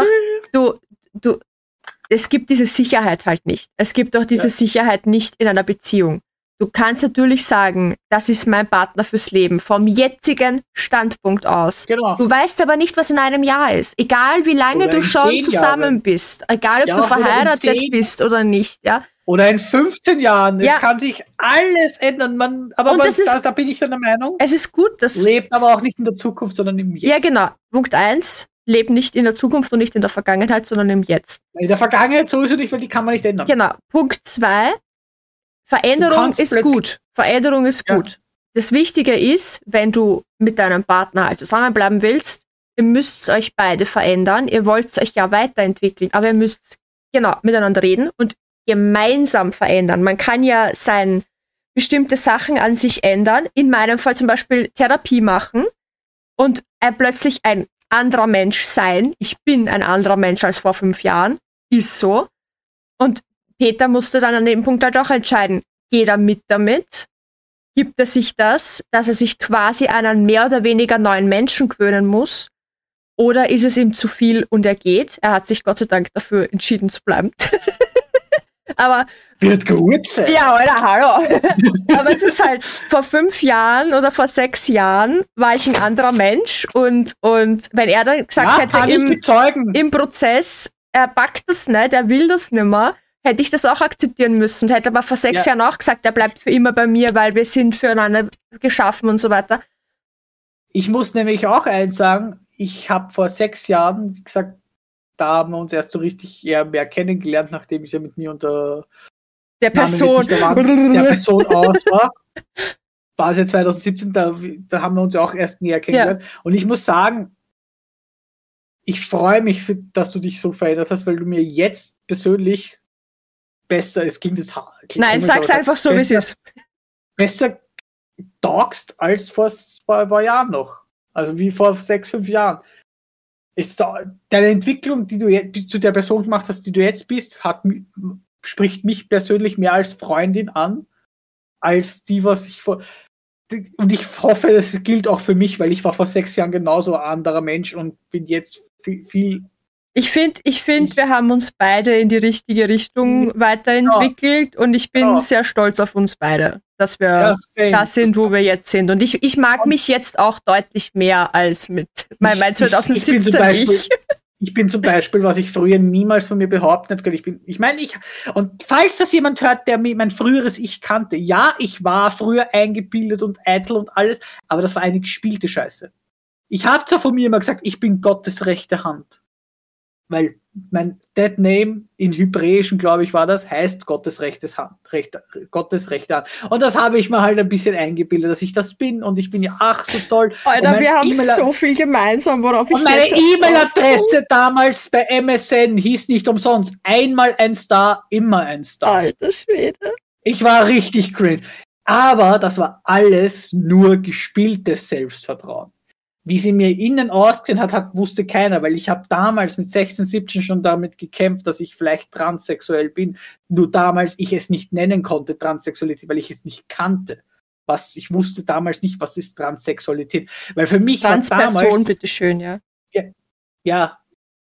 [SPEAKER 1] es gibt diese Sicherheit halt nicht. Es gibt auch diese Sicherheit nicht in einer Beziehung. Du kannst natürlich sagen, das ist mein Partner fürs Leben, vom jetzigen Standpunkt aus.
[SPEAKER 2] Genau.
[SPEAKER 1] Du weißt aber nicht, was in einem Jahr ist. Egal wie lange
[SPEAKER 2] oder
[SPEAKER 1] du schon zusammen bist. Egal ob du verheiratet bist oder nicht, ja.
[SPEAKER 2] Oder in 15 Jahren. Es kann sich alles ändern. Da bin ich dann der Meinung.
[SPEAKER 1] Es ist gut, dass
[SPEAKER 2] lebt aber auch nicht in der Zukunft, sondern im Jetzt.
[SPEAKER 1] Ja, genau. Punkt 1. Leb nicht in der Zukunft und nicht in der Vergangenheit, sondern im Jetzt.
[SPEAKER 2] In der Vergangenheit sowieso nicht, weil die kann man nicht ändern.
[SPEAKER 1] Genau. Punkt 2. Veränderung ist gut. Veränderung ist gut. Das Wichtige ist, wenn du mit deinem Partner halt zusammenbleiben willst, ihr müsst euch beide verändern. Ihr wollt euch ja weiterentwickeln, aber ihr müsst miteinander reden und gemeinsam verändern. Man kann ja bestimmte Sachen an sich ändern. In meinem Fall zum Beispiel Therapie machen und plötzlich ein anderer Mensch sein. Ich bin ein anderer Mensch als vor 5 Jahren. Ist so. Und Peter musste dann an dem Punkt halt auch entscheiden, geht er mit damit? Gibt er sich das, dass er sich quasi an einen mehr oder weniger neuen Menschen gewöhnen muss? Oder ist es ihm zu viel und er geht? Er hat sich Gott sei Dank dafür entschieden zu bleiben. Aber
[SPEAKER 2] wird gut sein.
[SPEAKER 1] Ja, oder hallo. Aber es ist halt, vor 5 Jahren oder vor 6 Jahren war ich ein anderer Mensch und wenn er dann gesagt hätte im Prozess, er packt das nicht, er will das nicht mehr, hätte ich das auch akzeptieren müssen. Hätte aber vor 6 Jahren auch gesagt, er bleibt für immer bei mir, weil wir sind füreinander geschaffen und so weiter.
[SPEAKER 2] Ich muss nämlich auch eins sagen, ich habe vor 6 Jahren, wie gesagt, da haben wir uns erst so richtig eher mehr kennengelernt, nachdem ich ja mit mir und der Person aus war. War es ja 2017, da haben wir uns ja auch erst näher kennengelernt. Ja. Und ich muss sagen, ich freue mich, dass du dich so verändert hast, weil du mir jetzt persönlich besser, es klingt jetzt hart.
[SPEAKER 1] Nein, sag's einfach so, wie es ist.
[SPEAKER 2] Besser talkst als vor ein paar Jahren noch. Also wie vor 6, 5 Jahren. Deine Entwicklung, die du jetzt zu der Person gemacht hast, die du jetzt bist, spricht mich persönlich mehr als Freundin an, als die, was ich vor... Und ich hoffe, das gilt auch für mich, weil ich war vor 6 Jahren genauso ein anderer Mensch und bin jetzt viel
[SPEAKER 1] Ich finde, wir haben uns beide in die richtige Richtung weiterentwickelt und ich bin sehr stolz auf uns beide, dass wir da sind, wo wir jetzt sind. Und ich mag mich jetzt auch deutlich mehr als mit mein 2017
[SPEAKER 2] Ich bin zum Beispiel, was ich früher niemals von mir behaupten hätte, und falls das jemand hört, der mein früheres Ich kannte, ja, ich war früher eingebildet und eitel und alles, aber das war eine gespielte Scheiße. Ich habe zwar von mir immer gesagt, ich bin Gottes rechte Hand. Weil mein Dead Name in Hebräischen, glaube ich, war das, heißt Gottes rechte Hand. Und das habe ich mir halt ein bisschen eingebildet, dass ich das bin und ich bin ja ach so toll.
[SPEAKER 1] Alter, wir haben so viel gemeinsam, worauf ich
[SPEAKER 2] und meine E-Mail-Adresse damals bei MSN hieß nicht umsonst, einmal ein Star, immer ein Star.
[SPEAKER 1] Alter Schwede.
[SPEAKER 2] Ich war richtig cringe. Aber das war alles nur gespieltes Selbstvertrauen. Wie sie mir innen ausgesehen hat, wusste keiner, weil ich habe damals mit 16, 17 schon damit gekämpft, dass ich vielleicht transsexuell bin. Nur damals ich es nicht nennen konnte, Transsexualität, weil ich es nicht kannte. Ich wusste damals nicht, was ist Transsexualität. Weil für mich
[SPEAKER 1] Transperson, bitteschön, ja.
[SPEAKER 2] Ja,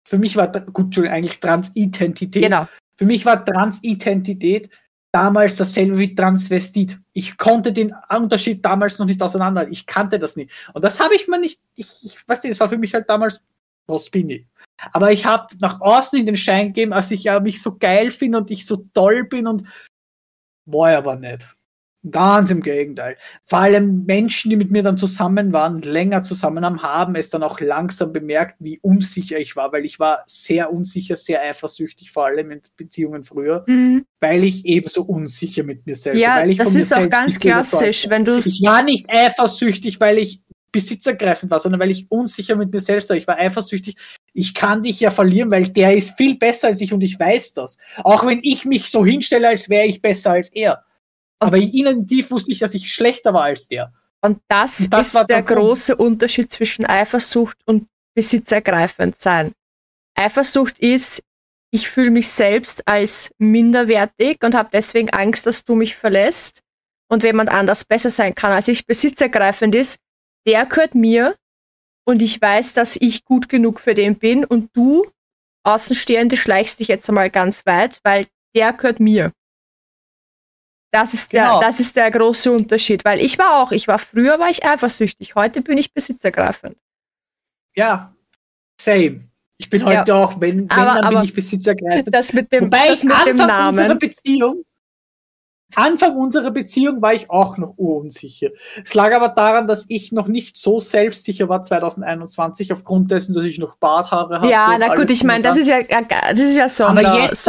[SPEAKER 2] für mich war, gut, Entschuldigung, eigentlich Transidentität.
[SPEAKER 1] Genau.
[SPEAKER 2] Für mich war Transidentität damals dasselbe wie Transvestit. Ich konnte den Unterschied damals noch nicht auseinanderhalten. Ich kannte das nicht. Und das habe ich mir nicht, ich weiß nicht, das war für mich halt damals, was bin ich? Aber ich habe nach außen in den Schein gegeben, als ich ja mich so geil finde und ich so toll bin und war ich aber nicht. Ganz im Gegenteil. Vor allem Menschen, die mit mir dann zusammen waren und länger zusammen haben es dann auch langsam bemerkt, wie unsicher ich war, weil ich war sehr unsicher, sehr eifersüchtig, vor allem in Beziehungen früher, weil ich eben so unsicher mit mir selbst war.
[SPEAKER 1] Ja, das ist auch ganz klassisch, wenn du...
[SPEAKER 2] Ich war nicht eifersüchtig, weil ich besitzergreifend war, sondern weil ich unsicher mit mir selbst war. Ich war eifersüchtig. Ich kann dich ja verlieren, weil der ist viel besser als ich und ich weiß das. Auch wenn ich mich so hinstelle, als wäre ich besser als er. Aber innen tief wusste ich, dass ich schlechter war als der.
[SPEAKER 1] Und das ist der große Unterschied zwischen Eifersucht und besitzergreifend sein. Eifersucht ist, ich fühle mich selbst als minderwertig und habe deswegen Angst, dass du mich verlässt und jemand anders besser sein kann als ich. Besitzergreifend ist, der gehört mir und ich weiß, dass ich gut genug für den bin und du, Außenstehende, schleichst dich jetzt einmal ganz weit, weil der gehört mir. Das ist der große Unterschied, weil früher war ich eifersüchtig, heute bin ich besitzergreifend.
[SPEAKER 2] Ja, same. Ich bin heute auch, wenn dann bin ich besitzergreifend.
[SPEAKER 1] Das mit dem Namen.
[SPEAKER 2] Anfang unserer Beziehung war ich auch noch unsicher. Es lag aber daran, dass ich noch nicht so selbstsicher war 2021, aufgrund dessen, dass ich noch Barthaare hatte.
[SPEAKER 1] Ja, na gut, ich meine, das ist ja
[SPEAKER 2] Aber jetzt,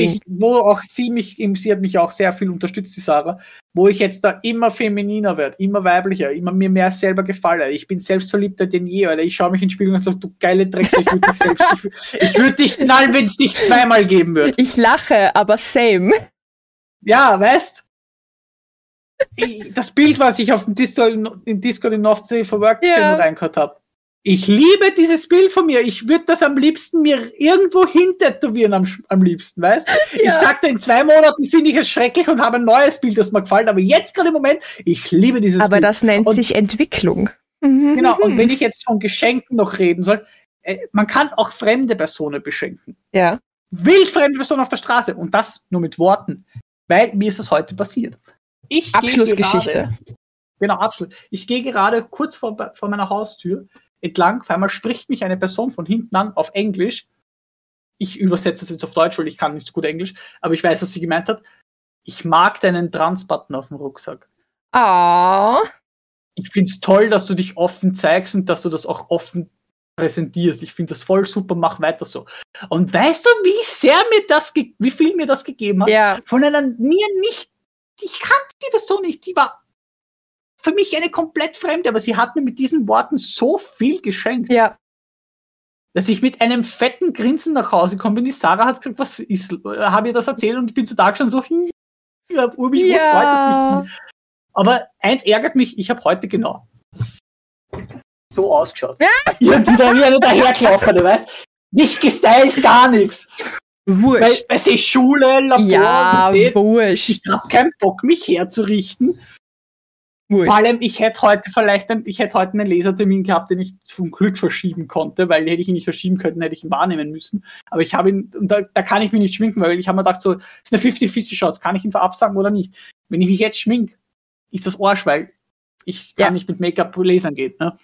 [SPEAKER 2] sie hat mich auch sehr viel unterstützt, die Sarah, wo ich jetzt da immer femininer werde, immer weiblicher, immer mir mehr selber gefalle. Ich bin selbstverliebter denn je, Alter. Ich schaue mich in den Spiegel und sage, du geile Drecksau, ich würde dich knallen, wenn es dich zweimal geben würde.
[SPEAKER 1] Ich lache, aber same.
[SPEAKER 2] Ja, weißt? Das Bild, was ich auf dem Discord in Northsea for Work Channel reingehört habe. Ich liebe dieses Bild von mir. Ich würde das am liebsten mir irgendwo hintätowieren am liebsten, weißt? Ja. Ich sagte, in 2 Monaten finde ich es schrecklich und habe ein neues Bild, das mir gefällt. Aber jetzt gerade im Moment, ich liebe dieses Bild.
[SPEAKER 1] Aber das nennt sich Entwicklung.
[SPEAKER 2] Genau, und wenn ich jetzt von Geschenken noch reden soll, man kann auch fremde Personen beschenken.
[SPEAKER 1] Ja.
[SPEAKER 2] Wildfremde Personen auf der Straße. Und das nur mit Worten. Weil mir ist das heute passiert.
[SPEAKER 1] Abschlussgeschichte.
[SPEAKER 2] Abschluss. Ich gehe gerade kurz vor meiner Haustür entlang, auf einmal spricht mich eine Person von hinten an auf Englisch. Ich übersetze es jetzt auf Deutsch, weil ich kann nicht so gut Englisch, aber ich weiß, was sie gemeint hat. Ich mag deinen Trans-Button auf dem Rucksack.
[SPEAKER 1] Ah.
[SPEAKER 2] Ich finde es toll, dass du dich offen zeigst und dass du das auch offen präsentierst. Ich finde das voll super, mach weiter so. Und weißt du, wie viel mir das gegeben hat?
[SPEAKER 1] Ja.
[SPEAKER 2] Von einer ich kannte die Person nicht, die war für mich eine komplett Fremde, aber sie hat mir mit diesen Worten so viel geschenkt, dass ich mit einem fetten Grinsen nach Hause gekommen bin. Die Sarah hat gesagt, was ist, habe ihr das erzählt und ich bin zu da gestanden so, ich habe mich gefreut, dass mich. Aber eins ärgert mich, ich habe heute genau so ausgeschaut. Ja, die da wie eine dahergelaufen, du weißt. Nicht gestylt, gar nichts.
[SPEAKER 1] Wurscht.
[SPEAKER 2] Weil sie Schule, Labor,
[SPEAKER 1] wurscht.
[SPEAKER 2] Ich habe keinen Bock, mich herzurichten. Wurscht. Vor allem, ich hätte heute einen Lasertermin gehabt, den ich zum Glück verschieben konnte, weil hätte ich ihn nicht verschieben können, hätte ich ihn wahrnehmen müssen. Aber ich habe ihn, und da kann ich mich nicht schminken, weil ich habe mir gedacht, so, ist eine 50-50-Chance, kann ich ihn absagen oder nicht? Wenn ich mich jetzt schminke, ist das Arsch, weil ich kann nicht mit Make-up lasern gehen, ne?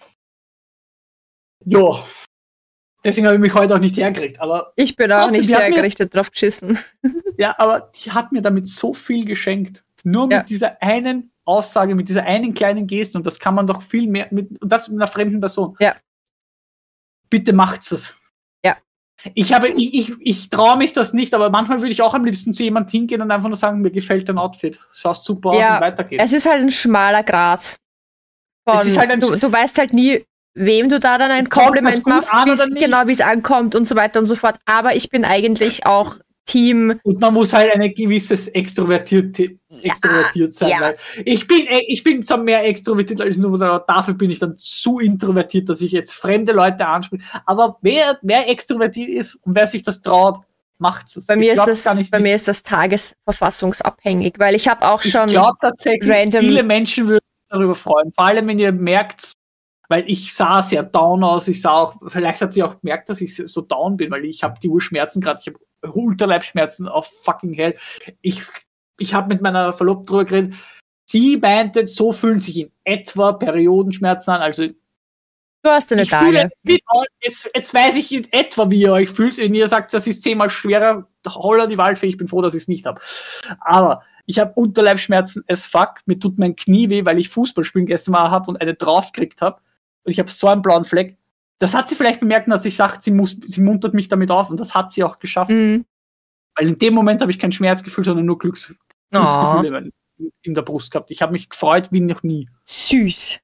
[SPEAKER 2] Ja. Deswegen habe ich mich heute auch nicht hergekriegt. Aber
[SPEAKER 1] ich bin auch nicht sehr gerichtet drauf geschissen.
[SPEAKER 2] Ja, aber die hat mir damit so viel geschenkt. Nur mit dieser einen Aussage, mit dieser einen kleinen Geste. Und das kann man doch viel mehr, und das mit einer fremden Person.
[SPEAKER 1] Ja.
[SPEAKER 2] Bitte macht's es.
[SPEAKER 1] Ja.
[SPEAKER 2] Ich traue mich das nicht, aber manchmal würde ich auch am liebsten zu jemandem hingehen und einfach nur sagen, mir gefällt dein Outfit. Schaust super aus und weiter geht's.
[SPEAKER 1] Es ist halt ein schmaler Grat. Du weißt halt nie, wem du da dann ein Kompliment machst, wie es ankommt und so weiter und so fort. Aber ich bin eigentlich auch Team.
[SPEAKER 2] Und man muss halt ein gewisses extrovertiert sein.
[SPEAKER 1] Ja.
[SPEAKER 2] Weil ich bin zwar mehr extrovertiert als nur, dafür bin ich dann zu introvertiert, dass ich jetzt fremde Leute anspreche. Aber wer extrovertiert ist und wer sich das traut, macht's.
[SPEAKER 1] Bei mir ist das tagesverfassungsabhängig, weil ich habe auch schon
[SPEAKER 2] ich glaube tatsächlich, viele Menschen würden sich darüber freuen. Vor allem, wenn ihr merkt, Weil ich sah sehr down aus, ich sah auch, vielleicht hat sie auch gemerkt, dass ich so down bin, weil ich habe die Urschmerzen gerade, ich habe Unterleibschmerzen auf fucking hell. Ich habe mit meiner Verlobten drüber geredet, sie meinte, so fühlen sich in etwa Periodenschmerzen an, also
[SPEAKER 1] Du hast eine Tage.
[SPEAKER 2] Jetzt weiß ich in etwa, wie ihr euch fühlt, wenn ihr sagt, das ist 10-mal schwerer, holla die Waldfee, ich bin froh, dass ich es nicht habe. Aber ich habe Unterleibschmerzen as fuck, mir tut mein Knie weh, weil ich Fußballspielen gestern mal habe und eine draufgekriegt habe. Und ich habe so einen blauen Fleck. Das hat sie vielleicht bemerkt, dass ich sage, sie muntert mich damit auf und das hat sie auch geschafft. Weil in dem Moment habe ich kein Schmerzgefühl, sondern nur Glücksgefühle in der Brust gehabt. Ich habe mich gefreut wie noch nie.
[SPEAKER 1] Süß.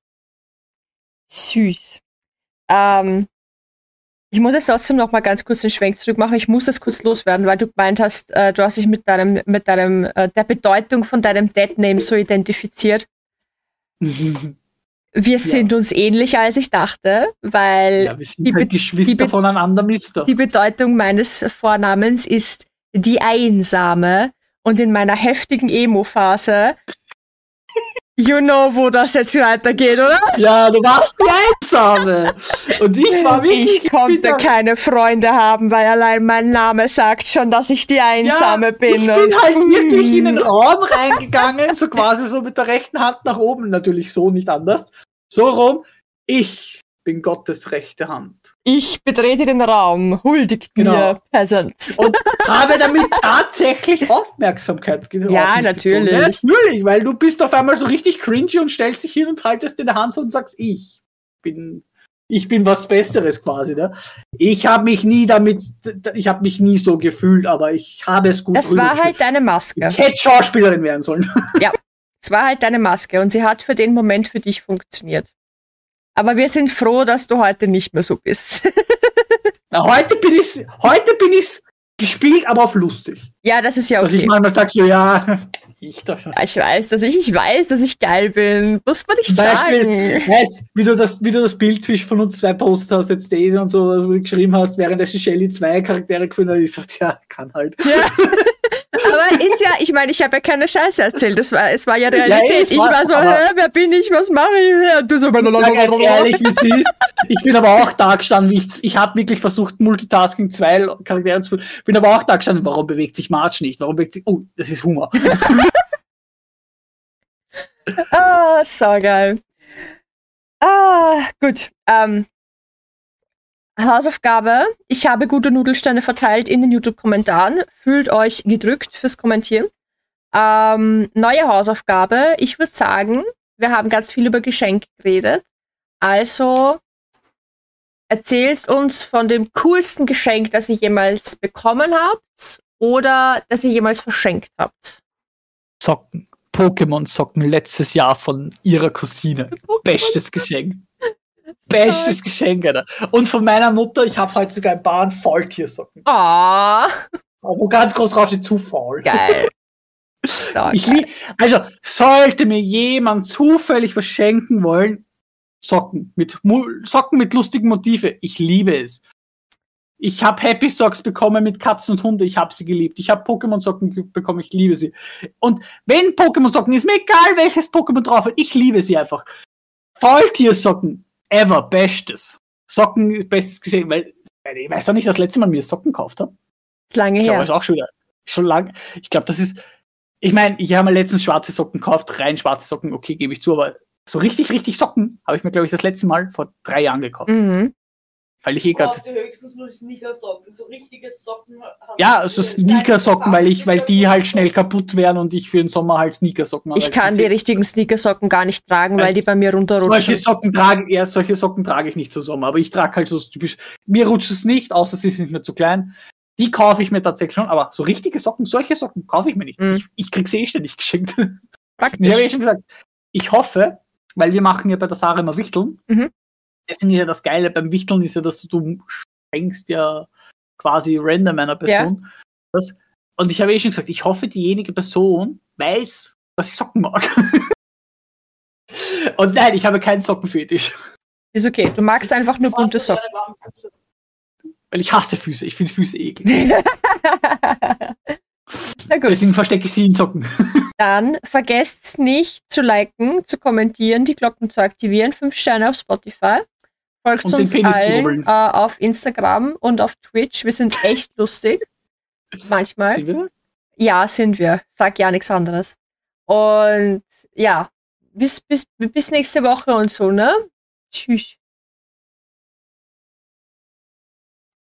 [SPEAKER 1] Ich muss jetzt trotzdem noch mal ganz kurz den Schwenk zurück machen. Ich muss das kurz loswerden, weil du gemeint hast, du hast dich mit der Bedeutung von deinem Deadname so identifiziert. Wir sind uns ähnlicher, als ich dachte, weil
[SPEAKER 2] wir sind halt Geschwister voneinander, Mister.
[SPEAKER 1] Die Bedeutung meines Vornamens ist die Einsame und in meiner heftigen Emo-Phase you know, wo das jetzt weitergeht, oder?
[SPEAKER 2] Ja, du warst die Einsame. Und ich war wirklich...
[SPEAKER 1] Ich konnte keine Freunde haben, weil allein mein Name sagt schon, dass ich die Einsame bin.
[SPEAKER 2] Ich bin halt wirklich in den Raum reingegangen, so quasi so mit der rechten Hand nach oben, natürlich so, nicht anders. So rum, ich bin Gottes rechte Hand.
[SPEAKER 1] Ich betrete den Raum, huldigt mir, Peasants.
[SPEAKER 2] Und habe damit tatsächlich Aufmerksamkeit gezogen.
[SPEAKER 1] Ja, natürlich.
[SPEAKER 2] Ja, natürlich, weil du bist auf einmal so richtig cringy und stellst dich hin und haltest in der Hand und sagst, ich bin was Besseres quasi. Ne? Ich habe mich nie so gefühlt, aber ich habe es gut
[SPEAKER 1] Das war halt deine Maske.
[SPEAKER 2] Ich hätte Schauspielerin werden sollen. Ja,
[SPEAKER 1] es war halt deine Maske und sie hat für den Moment für dich funktioniert. Aber wir sind froh, dass du heute nicht mehr so bist.
[SPEAKER 2] Na, heute bin ich gespielt, aber auf lustig.
[SPEAKER 1] Ja, das ist ja okay.
[SPEAKER 2] Also ich manchmal sag so, ja,
[SPEAKER 1] ich weiß, dass ich geil bin. Muss man nicht sagen.
[SPEAKER 2] Weißt, wie du das Bild von uns zwei Poster hast, jetzt Daisy und so, wo du geschrieben hast, währenddessen Shelly 2 Charaktere gefunden hat, ich sagte, ja, kann halt. Ja.
[SPEAKER 1] Aber ist ja, ich meine, ich habe ja keine Scheiße erzählt. Es war ja Realität. Ich war so, wer bin ich, was mache ich hier? Und du so,
[SPEAKER 2] ganz ehrlich, wie es ist. Ich bin aber auch da gestanden, ich habe wirklich versucht, Multitasking 2 Charaktere zu führen. Bin aber auch da gestanden, warum bewegt sich Marge nicht? Oh, das ist Humor.
[SPEAKER 1] So geil. Gut. Hausaufgabe. Ich habe gute Nudelsteine verteilt in den YouTube-Kommentaren. Fühlt euch gedrückt fürs Kommentieren. Neue Hausaufgabe. Ich würde sagen, wir haben ganz viel über Geschenke geredet. Also erzählt uns von dem coolsten Geschenk, das ihr jemals bekommen habt oder das ihr jemals verschenkt habt.
[SPEAKER 2] Socken. Pokémon-Socken letztes Jahr von ihrer Cousine. Bestes Geschenk. Bestes Geschenk, Alter. Und von meiner Mutter, ich habe heute sogar ein paar Faultiersocken. Wo ganz groß drauf steht, zu faul.
[SPEAKER 1] Geil.
[SPEAKER 2] Also, sollte mir jemand zufällig was schenken wollen, Socken mit lustigen Motive. Ich liebe es. Ich habe Happy Socks bekommen mit Katzen und Hunde. Ich habe sie geliebt. Ich habe Pokémon-Socken bekommen. Ich liebe sie. Und wenn Pokémon-Socken, ist mir egal, welches Pokémon drauf ist. Ich liebe sie einfach. Faultiersocken. Ever. Bestes. Socken, bestes Geschenk. Weil ich weiß doch nicht, das letzte Mal mir Socken gekauft habe.
[SPEAKER 1] Ist lange her.
[SPEAKER 2] Ich glaube, das ist auch schon lang. Ich glaube, das ist... Ich meine, ich habe mir letztens schwarze Socken gekauft. Rein schwarze Socken, okay, gebe ich zu. Aber so richtig Socken habe ich mir, glaube ich, das letzte Mal vor 3 Jahren gekauft.
[SPEAKER 1] Mhm.
[SPEAKER 2] Weil ich
[SPEAKER 3] brauchst du höchstens nur Sneakersocken, so richtige Socken.
[SPEAKER 2] Ja, so Sneakersocken, weil die halt schnell kaputt werden und ich für den Sommer halt Sneakersocken habe.
[SPEAKER 1] Ich kann die richtigen Sneakersocken gar nicht tragen, weil die bei mir runterrutschen.
[SPEAKER 2] Solche Socken trage ich nicht zum Sommer, aber ich trage halt so typisch, mir rutscht es nicht, außer sie sind mir zu klein. Die kaufe ich mir tatsächlich schon, aber so richtige Socken, solche Socken kaufe ich mir nicht. Ich krieg sie ständig geschenkt.
[SPEAKER 1] Praktisch.
[SPEAKER 2] Ich habe schon gesagt, ich hoffe, weil wir machen ja bei der Sarah immer Wichteln. Deswegen ist ja das Geile beim Wichteln ist ja, dass du schenkst ja quasi random einer Person. Ja. Und ich habe schon gesagt, ich hoffe, diejenige Person weiß, dass ich Socken mag. Und nein, ich habe keinen Sockenfetisch.
[SPEAKER 1] Ist okay, du magst einfach nur bunte Socken.
[SPEAKER 2] Weil ich hasse Füße, ich finde Füße eklig.
[SPEAKER 1] Na gut.
[SPEAKER 2] Deswegen verstecke ich sie in Socken.
[SPEAKER 1] Dann vergesst nicht zu liken, zu kommentieren, die Glocken zu aktivieren, 5 Sterne auf Spotify. Folgt
[SPEAKER 2] Und den
[SPEAKER 1] uns
[SPEAKER 2] Penis zu
[SPEAKER 1] allen
[SPEAKER 2] rubbeln.
[SPEAKER 1] auf Instagram und auf Twitch. Wir sind echt lustig. Manchmal.
[SPEAKER 2] Sind wir?
[SPEAKER 1] Ja, sind wir. Sag ja nichts anderes. Und ja, bis nächste Woche und so, ne? Tschüss.